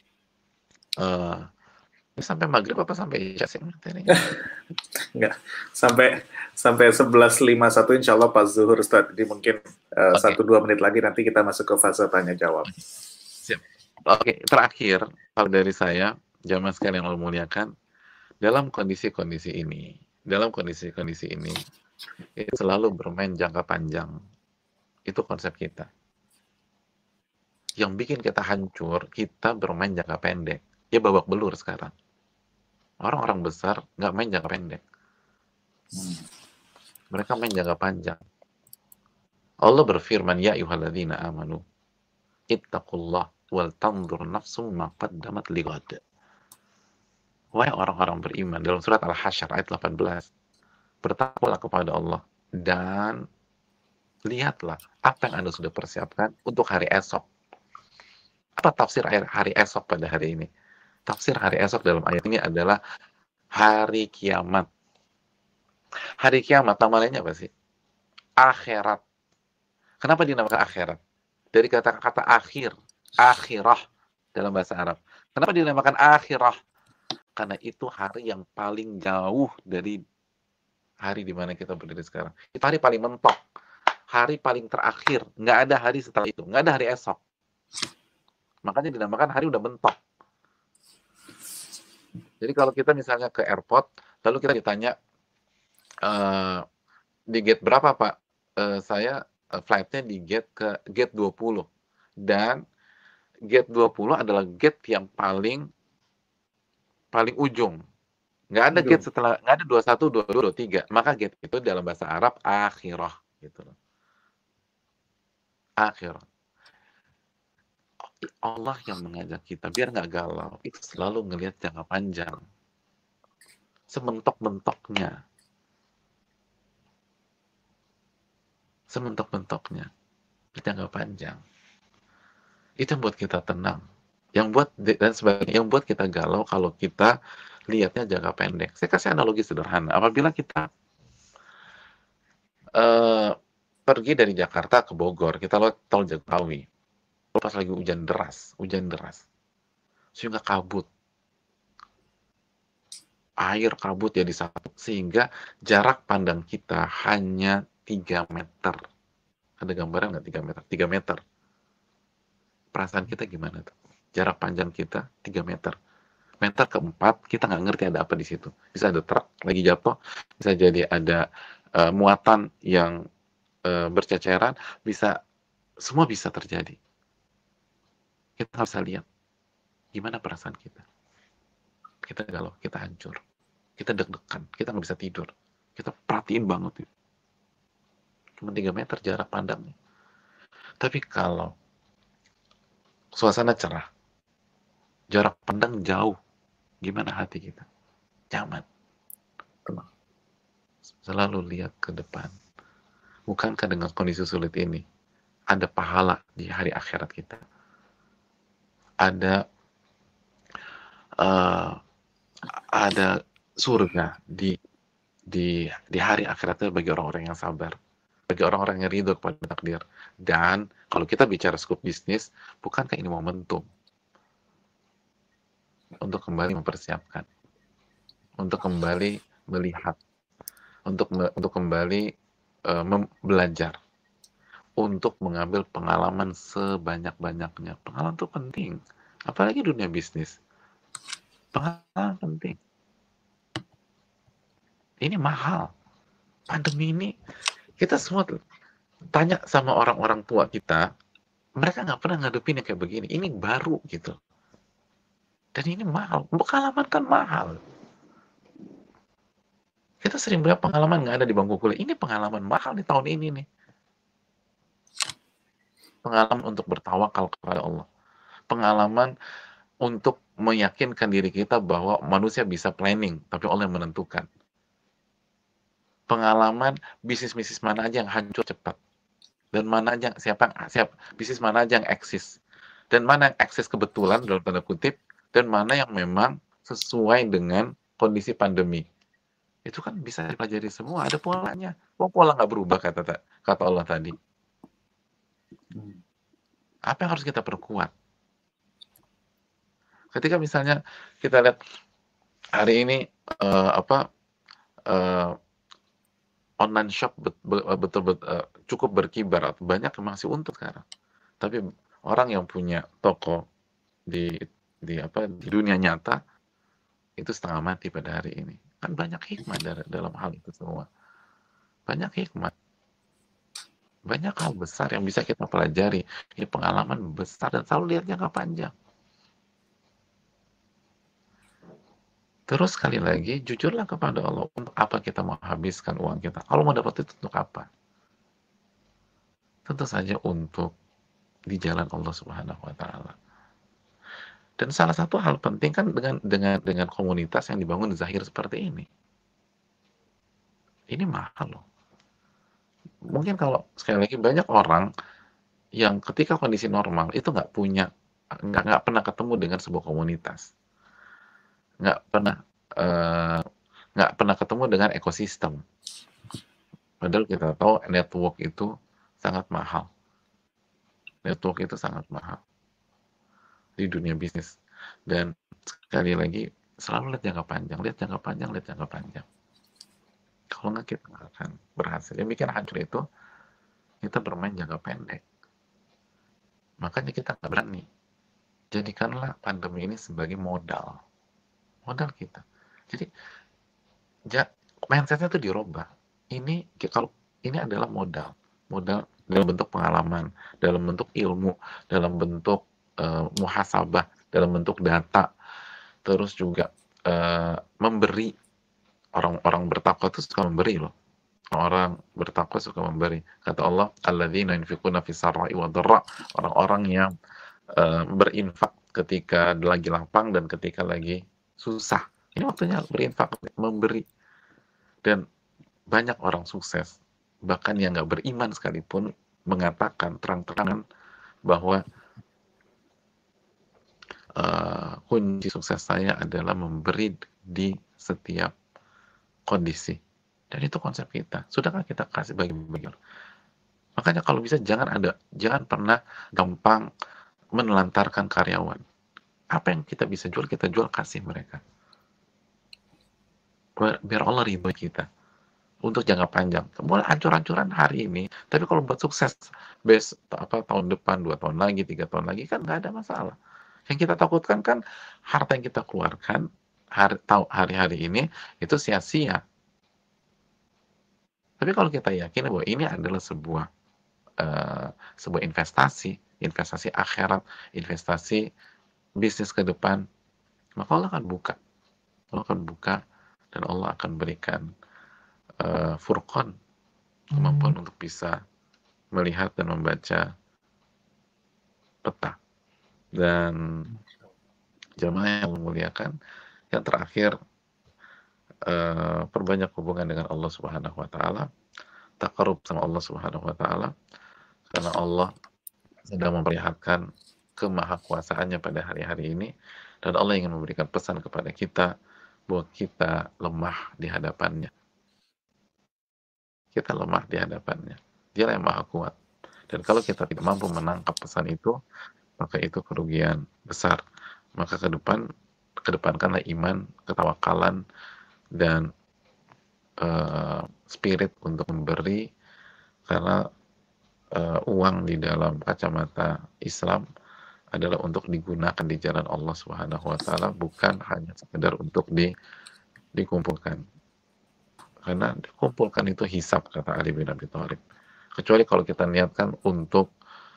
sampai maghrib apa sampai isya sih materinya? Enggak, sampai 11.51 insya Allah pas zuhur Ustaz. Jadi mungkin 1-2 menit lagi nanti kita masuk ke fase tanya jawab. Siap. Oke, terakhir kalau dari saya, jamaah sekalian Allah muliakan, dalam kondisi-kondisi ini itu selalu bermain jangka panjang. Itu konsep kita. Yang bikin kita hancur, kita bermain jangka pendek. Ya babak belur sekarang. Orang-orang besar nggak main jangka pendek. Mereka main jangka panjang. Allah berfirman, ya ayyuhalladzina amanu, ittaqullah wal tanzur nafsum ma qaddamat lighad. Wahai orang-orang beriman, dalam surat Al-Hasyr ayat 18, bertakwalah kepada Allah dan lihatlah apa yang Anda sudah persiapkan untuk hari esok. Apa tafsir hari esok pada hari ini? Tafsir hari esok dalam ayat ini adalah hari kiamat. Hari kiamat nama lainnya apa sih? Akhirat. Kenapa dinamakan akhirat? Dari kata-kata akhir, akhirah dalam bahasa Arab. Kenapa dinamakan akhirah? Karena itu hari yang paling jauh dari hari di mana kita berdiri sekarang. Itu hari paling mentok. Hari paling terakhir. Nggak ada hari setelah itu. Nggak ada hari esok. Makanya dinamakan hari udah mentok. Jadi kalau kita misalnya ke airport, lalu kita ditanya, di gate berapa Pak? Saya flightnya di gate 20. Dan gate 20 adalah gate yang paling ujung. Nggak ada gate setelah, nggak ada 21, 22, 23. Maka gate itu dalam bahasa Arab akhirah. Gitu. Akhirah. Allah yang mengajak kita biar nggak galau, itu selalu ngelihat jangka panjang, sementok-mentoknya. sementok-mentoknya di jangka panjang. Itu yang buat kita tenang, yang buat dan sebagainya, yang buat kita galau kalau kita lihatnya jangka pendek. Saya kasih analogi sederhana, apabila kita pergi dari Jakarta ke Bogor, kita lewat tol Jagorawi, pas lagi hujan deras, sehingga kabut, air kabut jadi satu, sehingga jarak pandang kita hanya 3 meter. Ada gambaran nggak 3 meter? 3 meter. Perasaan kita gimana tuh? Jarak panjang kita 3 meter. Meter keempat, kita nggak ngerti ada apa di situ. Bisa ada truk lagi jatuh, bisa jadi ada muatan yang berceceran, semua bisa terjadi. Kita nggak bisa lihat. Gimana perasaan kita? Kita galau, kita hancur. Kita deg-degan, kita nggak bisa tidur. Kita perhatiin banget. Cuma 3 meter jarak pandangnya. Tapi kalau suasana cerah, jarak pandang jauh, gimana hati kita? Nyaman. Tenang. Selalu lihat ke depan. Bukankah dengan kondisi sulit ini, ada pahala di hari akhirat kita? Ada surga di hari akhiratnya bagi orang-orang yang sabar, bagi orang-orang yang ridho kepada takdir. Dan kalau kita bicara skop bisnis, bukankah ini momentum untuk kembali mempersiapkan, untuk kembali melihat, untuk kembali belajar, untuk mengambil pengalaman sebanyak-banyaknya. Pengalaman itu penting, apalagi dunia bisnis. Pengalaman penting. Ini mahal. Pandemi ini, kita semua tanya sama orang-orang tua kita, mereka nggak pernah ngadepin yang kayak begini. Ini baru gitu. Dan ini mahal. Pengalaman kan mahal. Kita sering bilang pengalaman nggak ada di bangku kuliah. Ini pengalaman mahal di tahun ini nih. Pengalaman untuk bertawakal kepada Allah. Pengalaman untuk meyakinkan diri kita bahwa manusia bisa planning, tapi Allah yang menentukan. Pengalaman bisnis-bisnis mana aja yang hancur cepat. Dan mana aja bisnis mana aja yang eksis. Dan mana yang eksis kebetulan dalam tanda kutip, dan mana yang memang sesuai dengan kondisi pandemi. Itu kan bisa dipelajari semua, ada polanya. Pola nggak berubah kata Allah tadi. Apa yang harus kita perkuat? Ketika misalnya kita lihat hari ini online shop betul cukup berkibar, banyak yang masih untung sekarang. Tapi orang yang punya toko di dunia nyata itu setengah mati pada hari ini. Kan banyak hikmah dalam hal itu semua. Banyak hikmah. Banyak hal besar yang bisa kita pelajari. Ini pengalaman besar dan selalu lihat jangka panjang. Terus sekali lagi, jujurlah kepada Allah. Untuk apa kita mau habiskan uang kita? Kalau mau dapat itu untuk apa? Tentu saja untuk di jalan Allah Subhanahu wa Ta'ala. Dan salah satu hal penting kan dengan komunitas yang dibangun zahir seperti ini. Ini mahal loh. Mungkin kalau sekali lagi banyak orang yang ketika kondisi normal itu nggak pernah ketemu dengan sebuah komunitas, nggak pernah ketemu dengan ekosistem. Padahal kita tahu network itu sangat mahal. Network itu sangat mahal di dunia bisnis. Dan sekali lagi selalu lihat jangka panjang. Kalau nggak kita nggak akan berhasil. Yang bikin hancur itu kita bermain jangka pendek. Makanya kita nggak berani. Jadikanlah pandemi ini sebagai modal kita. Jadi mindsetnya itu dirubah. Kalau ini adalah modal dalam bentuk pengalaman, dalam bentuk ilmu, dalam bentuk muhasabah, dalam bentuk data, terus juga memberi. Orang bertakwa itu suka memberi loh. Orang bertakwa suka memberi. Kata Allah, alladzina yunfiquna fis sarra'i wad dharra, orang-orang yang berinfak ketika lagi lapang dan ketika lagi susah. Ini waktunya berinfak, memberi. Dan banyak orang sukses bahkan yang nggak beriman sekalipun mengatakan terang-terangan bahwa kunci sukses saya adalah memberi di setiap kondisi. Dan itu konsep kita. Sudahkah kita kasih bagi-bagi? Makanya kalau bisa jangan pernah gampang menelantarkan karyawan. Apa yang kita bisa jual, kita jual, kasih mereka. Biar Allah ridho kita. Untuk jangka panjang. Boleh ancur-ancuran hari ini, tapi kalau buat sukses tahun depan, 2 tahun lagi, 3 tahun lagi, kan nggak ada masalah. Yang kita takutkan kan harta yang kita keluarkan hari-hari ini itu sia-sia. Tapi kalau kita yakin bahwa ini adalah sebuah investasi akhirat, investasi bisnis ke depan, maka Allah akan buka dan Allah akan berikan furqan, kemampuan untuk bisa melihat dan membaca peta. Dan jamaah yang memuliakan, yang terakhir, perbanyak hubungan dengan Allah Subhanahu wa taala, taqarrub sama Allah Subhanahu wa taala, karena Allah sedang memperlihatkan kemahakuasaannya pada hari-hari ini, dan Allah ingin memberikan pesan kepada kita bahwa kita lemah di hadapannya. Kita lemah di hadapannya. Dialah yang maha kuat. Dan kalau kita tidak mampu menangkap pesan itu, maka itu kerugian besar. Maka kedepankanlah iman, ketawakalan, dan spirit untuk memberi, karena uang di dalam kacamata Islam adalah untuk digunakan di jalan Allah Subhanahu wa taala, bukan hanya sekedar untuk dikumpulkan. Karena dikumpulkan itu hisab, kata Ali bin Abi Thalib. Kecuali kalau kita niatkan untuk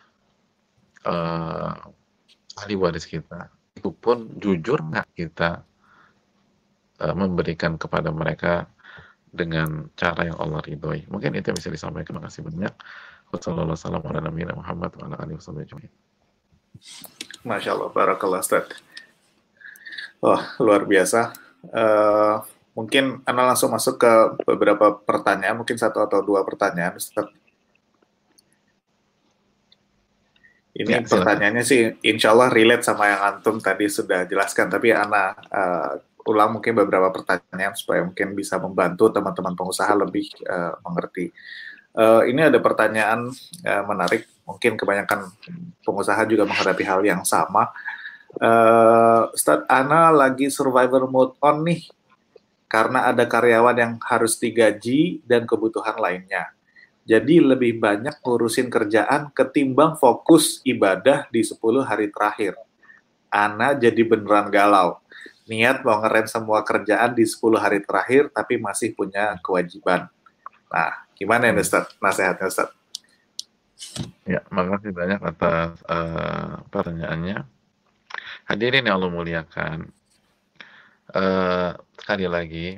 ahli waris kita, itu pun jujur nggak kita memberikan kepada mereka dengan cara yang Allah ridhoi. Mungkin itu yang bisa disampaikan. Terima kasih banyak. Wassalamualaikum warahmatullahi wabarakatuh. Masya Allah, barakallah Ustaz. Wah, luar biasa. Mungkin Anda langsung masuk ke beberapa pertanyaan, mungkin 1 atau 2 pertanyaan, Ustaz. Ini pertanyaannya sih insya Allah relate sama yang Antum tadi sudah jelaskan, tapi Ana ulang mungkin beberapa pertanyaan supaya mungkin bisa membantu teman-teman pengusaha lebih mengerti. Ini ada pertanyaan menarik, mungkin kebanyakan pengusaha juga menghadapi hal yang sama. Ustadz, Ana lagi survivor mode on nih, karena ada karyawan yang harus digaji dan kebutuhan lainnya. Jadi lebih banyak ngurusin kerjaan ketimbang fokus ibadah di 10 hari terakhir. Ana jadi beneran galau. Niat mau ngerem semua kerjaan di 10 hari terakhir, tapi masih punya kewajiban. Nah, gimana ya Ustaz? Nasihatnya Ustaz? Ya, makasih banyak atas pertanyaannya. Hadirin yang Allah muliakan, sekali lagi,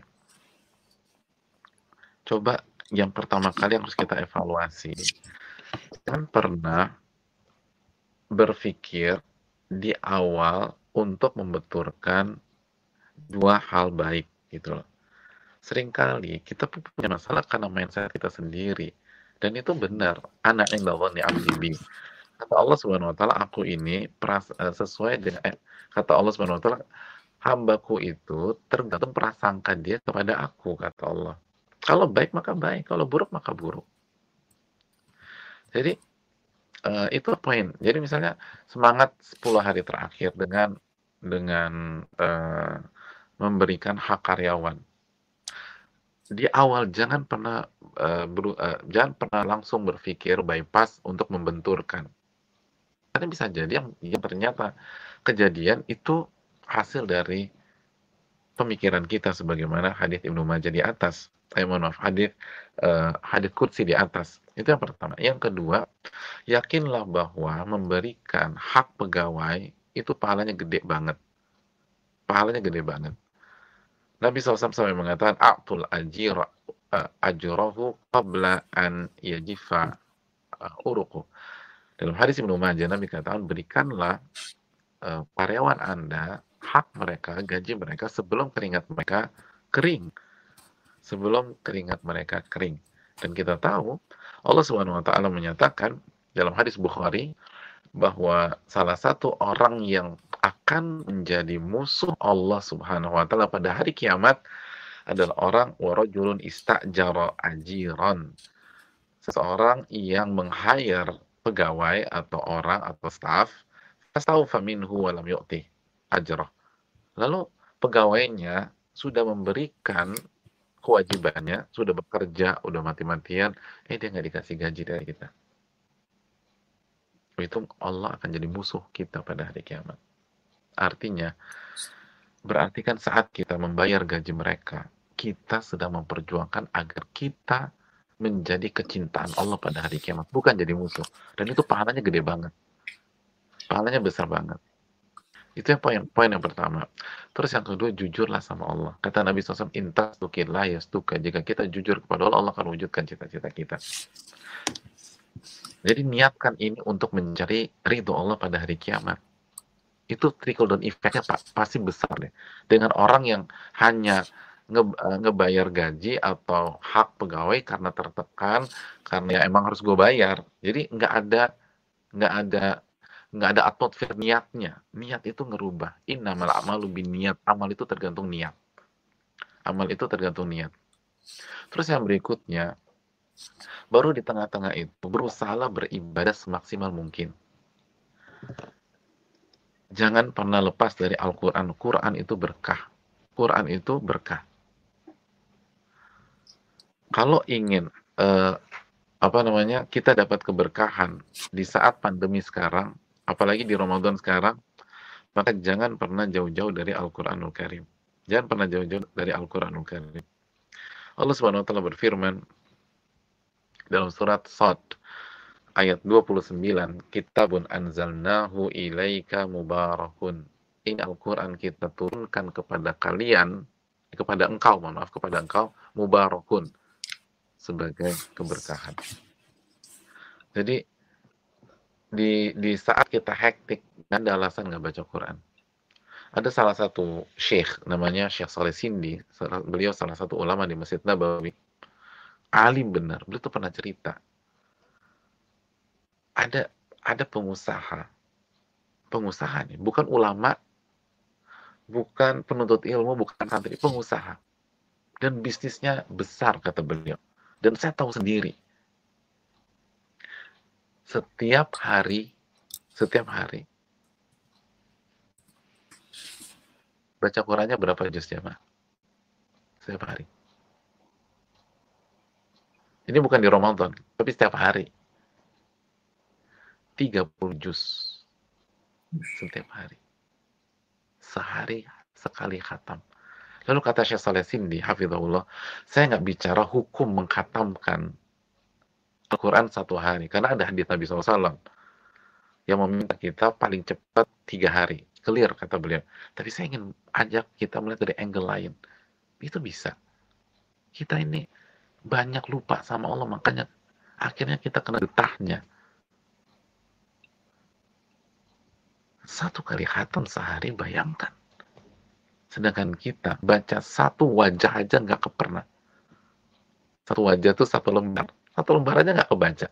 coba yang pertama kali harus kita evaluasi. Jangan pernah berpikir di awal untuk membetulkan 2 hal baik gitu loh. Seringkali kita punya masalah karena mindset kita sendiri. Dan itu benar. Ana indallah ni'amdi. Kata Allah Subhanahu wa taala, aku ini sesuai dengan kata Allah Subhanahu wa taala, hambaku itu tergantung prasangka dia kepada aku, kata Allah. Kalau baik maka baik, kalau buruk maka buruk. Jadi itu poin. Jadi misalnya semangat 10 hari terakhir dengan memberikan hak karyawan. Di awal jangan pernah langsung berpikir bypass untuk membenturkan. Karena bisa jadi yang ternyata kejadian itu hasil dari pemikiran kita, sebagaimana hadits Ibnu Majah di atas. Hadits qudsi di atas. Itu yang pertama. Yang kedua, yakinlah bahwa memberikan hak pegawai itu pahalanya gede banget. Pahalanya gede banget. Nabi SAW sampai mengatakan, a'tul ajrahu qabla an yajifa uruqu. Dalam hadis Ibnu Majah, Nabi katakan, berikanlah karyawan Anda hak mereka, gaji mereka sebelum keringat mereka kering. Sebelum keringat mereka kering. Dan kita tahu Allah Subhanahu wa taala menyatakan dalam hadis Bukhari bahwa salah satu orang yang akan menjadi musuh Allah Subhanahu wa taala pada hari kiamat adalah orang warajulun istajara ajiran. Seseorang yang meng-hire pegawai atau orang atau staff, fastawfa minhu wa lam yu'ti ajrah. Lalu pegawainya sudah memberikan kewajibannya, sudah bekerja, udah mati-matian, dia nggak dikasih gaji dari kita. Itu Allah akan jadi musuh kita pada hari kiamat. Artinya, berarti kan saat kita membayar gaji mereka, kita sedang memperjuangkan agar kita menjadi kecintaan Allah pada hari kiamat, bukan jadi musuh. Dan itu pahalanya gede banget. Pahalanya besar banget. Itu yang poin yang pertama. Terus yang kedua, jujurlah sama Allah. Kata Nabi SAW, intas tukillah yastuka. Jika kita jujur kepada Allah, Allah akan wujudkan cita-cita kita. Jadi niatkan ini untuk mencari ridho Allah pada hari kiamat. Itu trickle down effect-nya pasti besar deh. Dengan orang yang hanya ngebayar gaji atau hak pegawai karena tertekan, karena ya emang harus gue bayar. Jadi nggak ada atmosfer niatnya. Niat itu ngerubah. Innamal a'malu binniyat. Amal itu tergantung niat. Amal itu tergantung niat. Terus yang berikutnya, baru di tengah-tengah itu berusahalah beribadah semaksimal mungkin. Jangan pernah lepas dari Al-Quran. Quran itu berkah. Quran itu berkah. Kalau ingin kita dapat keberkahan di saat pandemi sekarang, apalagi di Ramadan sekarang, maka jangan pernah jauh-jauh dari Al-Quranul Karim. Jangan pernah jauh-jauh dari Al-Quranul Karim. Allah Subhanahu wa taala berfirman dalam surat Shad ayat 29, kitabun anzalnahu ilaika mubarakun. Ini Al-Quran kita turunkan kepada kalian, kepada engkau mubarakun, sebagai keberkahan. Jadi di saat kita hektik, nggak ada alasan nggak baca Quran. Ada salah satu syekh, namanya Syekh Saleh Sindi, beliau salah satu ulama di Masjid Nabawi, alim benar. Beliau tuh pernah cerita, ada pengusaha nih, bukan ulama, bukan penuntut ilmu, bukan santri, pengusaha, dan bisnisnya besar, kata beliau. Dan saya tahu sendiri, setiap hari baca Qurannya berapa juz ya, Pak? Setiap hari. Ini bukan di Ramadan, tapi setiap hari. 30 juz. Setiap hari. Sehari sekali khatam. Lalu kata Syekh Saleh Sindi, hafizahullah, saya nggak bicara hukum mengkhatamkan Al-Quran satu hari. Karena ada hadits Nabi SAW yang meminta kita paling cepat 3 hari. Clear, kata beliau. Tapi saya ingin ajak kita melihat dari angle lain. Itu bisa. Kita ini banyak lupa sama Allah, makanya akhirnya kita kena getahnya. 1 kali khatam sehari, bayangkan. Sedangkan kita baca 1 wajah aja nggak pernah. 1 wajah itu 1 lembar. 1 lembar aja nggak kebaca.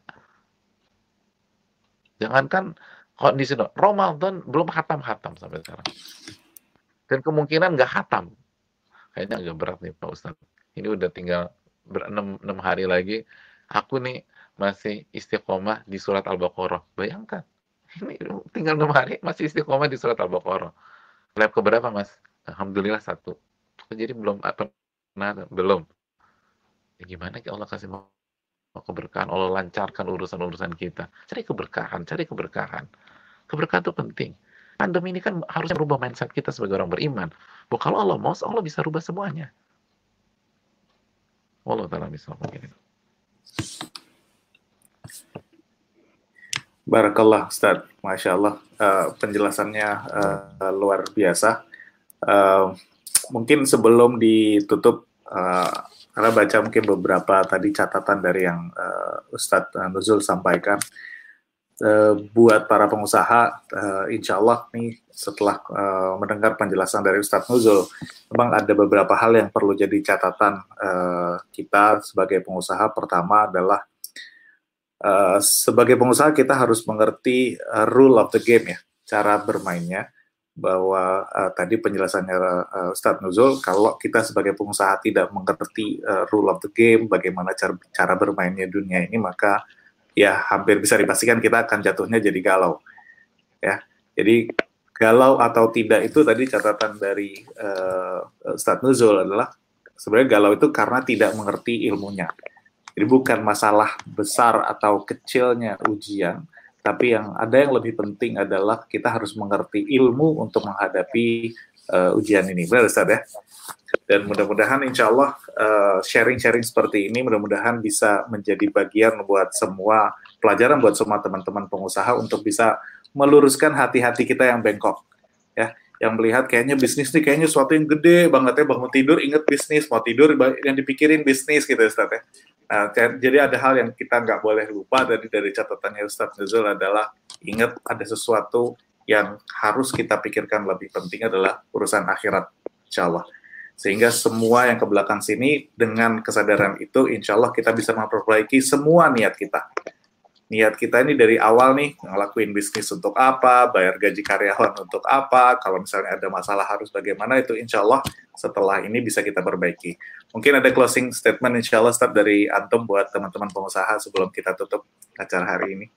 Jangankan kalau di sini Ramadan belum khatam sampai sekarang. Dan kemungkinan nggak khatam. Kayaknya agak berat nih Pak Ustadz. Ini udah tinggal 6 hari lagi. Aku nih masih istiqomah di surat Al-Baqarah. Bayangkan. Ini tinggal 6 hari masih istiqomah di surat Al-Baqarah. Lab keberapa, Mas? Alhamdulillah 1. Jadi belum belum. Ya gimana Allah kasih keberkahan, Allah lancarkan urusan-urusan kita. Cari keberkahan. Keberkahan itu penting. Pandemi ini kan harusnya merubah mindset kita sebagai orang beriman. Bahwa kalau Allah mau, Allah bisa rubah semuanya. Allah ta'ala bisa begini. Barakallah Ustaz, Masya Allah, penjelasannya luar biasa. Mungkin sebelum ditutup, karena baca mungkin beberapa tadi catatan dari yang Ustadz Nuzul sampaikan, buat para pengusaha, insya Allah nih setelah mendengar penjelasan dari Ustadz Nuzul, memang ada beberapa hal yang perlu jadi catatan kita sebagai pengusaha. Pertama adalah sebagai pengusaha kita harus mengerti rule of the game ya, cara bermainnya. Bahwa tadi penjelasannya Ustadz Nuzul, kalau kita sebagai pengusaha tidak mengerti rule of the game, bagaimana cara bermainnya dunia ini, maka ya hampir bisa dipastikan kita akan jatuhnya jadi galau. Ya, jadi galau atau tidak itu tadi catatan dari Ustadz Nuzul adalah sebenarnya galau itu karena tidak mengerti ilmunya. Jadi bukan masalah besar atau kecilnya ujian, tapi yang lebih penting adalah kita harus mengerti ilmu untuk menghadapi ujian ini. Benar Ustadz ya? Dan mudah-mudahan insya Allah sharing-sharing seperti ini mudah-mudahan bisa menjadi bagian buat semua pelajaran buat semua teman-teman pengusaha untuk bisa meluruskan hati-hati kita yang bengkok ya, yang melihat kayaknya bisnis nih kayaknya sesuatu yang gede banget ya, bangun tidur inget bisnis, mau tidur yang dipikirin bisnis gitu Ustadz ya. Nah, jadi ada hal yang kita nggak boleh lupa dari catatannya Ustadz Nuzul adalah ingat ada sesuatu yang harus kita pikirkan lebih penting adalah urusan akhirat insya Allah. Sehingga semua yang ke belakang sini dengan kesadaran itu insya Allah kita bisa memperbaiki semua niat kita. Niat kita ini dari awal nih, ngelakuin bisnis untuk apa, bayar gaji karyawan untuk apa, kalau misalnya ada masalah harus bagaimana, itu insya Allah setelah ini bisa kita perbaiki. Mungkin ada closing statement insya Allah Ustadz dari Antum buat teman-teman pengusaha sebelum kita tutup acara hari ini.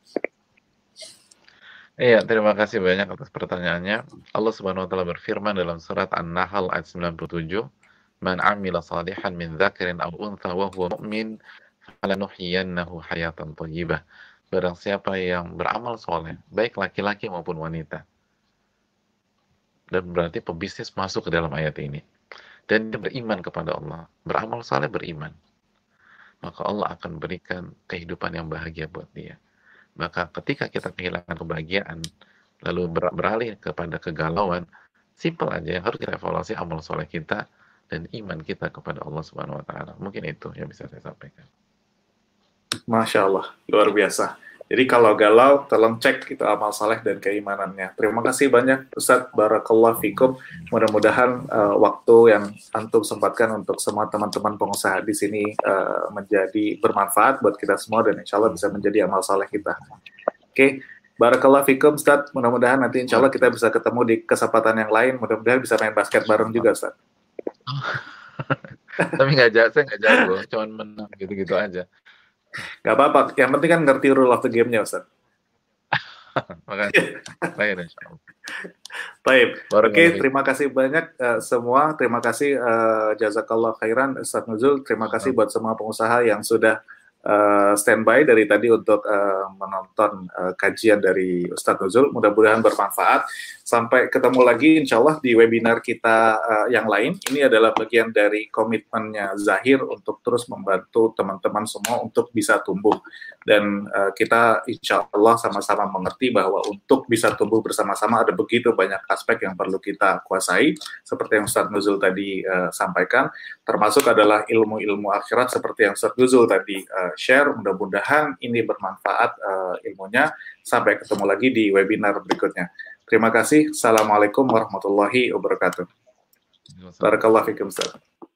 Iya, terima kasih banyak atas pertanyaannya. Allah Subhanahu wa taala berfirman dalam surat An-Nahl ayat 97, "Man 'amila shalihan min dzakarin aw untha wa huwa mu'min, falanuhyiyannahu hayatan thayyibah." Barang siapa yang beramal soleh, baik laki-laki maupun wanita. Dan berarti pebisnis masuk ke dalam ayat ini. Dan dia beriman kepada Allah, beramal soleh beriman. Maka Allah akan berikan kehidupan yang bahagia buat dia. Maka ketika kita kehilangan kebahagiaan, lalu beralih kepada kegalauan, simpel aja yang harus kita evaluasi amal soleh kita dan iman kita kepada Allah Subhanahu wa taala. Mungkin itu yang bisa saya sampaikan. Masya Allah, luar biasa. Jadi kalau galau, tolong cek itu amal saleh dan keimanannya. Terima kasih banyak Ustadz, Barakallah Fikum. Mudah-mudahan waktu yang Antum sempatkan untuk semua teman-teman pengusaha di sini menjadi bermanfaat buat kita semua dan insya Allah bisa menjadi amal saleh kita. Oke, Barakallah Fikum Ustadz. Mudah-mudahan nanti insya Allah kita bisa ketemu di kesempatan yang lain. Mudah-mudahan bisa main basket bareng juga Ustadz. Tapi saya nggak jago, cuman menang gitu-gitu aja. Gak apa-apa, yang penting kan ngerti rule of the game-nya, Ustaz. Makasih. Baik, insya Allah. Baik, oke, terima kasih banyak semua. Terima kasih jazakallah khairan Ustaz Nuzul. Terima kasih buat semua pengusaha yang sudah standby dari tadi untuk menonton kajian dari Ustaz Nuzul. Mudah-mudahan bermanfaat. Sampai ketemu lagi insya Allah di webinar kita yang lain. Ini adalah bagian dari komitmennya Zahir untuk terus membantu teman-teman semua untuk bisa tumbuh. Dan kita insya Allah sama-sama mengerti bahwa untuk bisa tumbuh bersama-sama ada begitu banyak aspek yang perlu kita kuasai. Seperti yang Ustaz Nuzul tadi sampaikan. Termasuk adalah ilmu-ilmu akhirat seperti yang Ustaz Nuzul tadi share. Mudah-mudahan ini bermanfaat ilmunya. Sampai ketemu lagi di webinar berikutnya. Terima kasih. Assalamualaikum warahmatullahi wabarakatuh. Barakallahu fikum, Ustaz.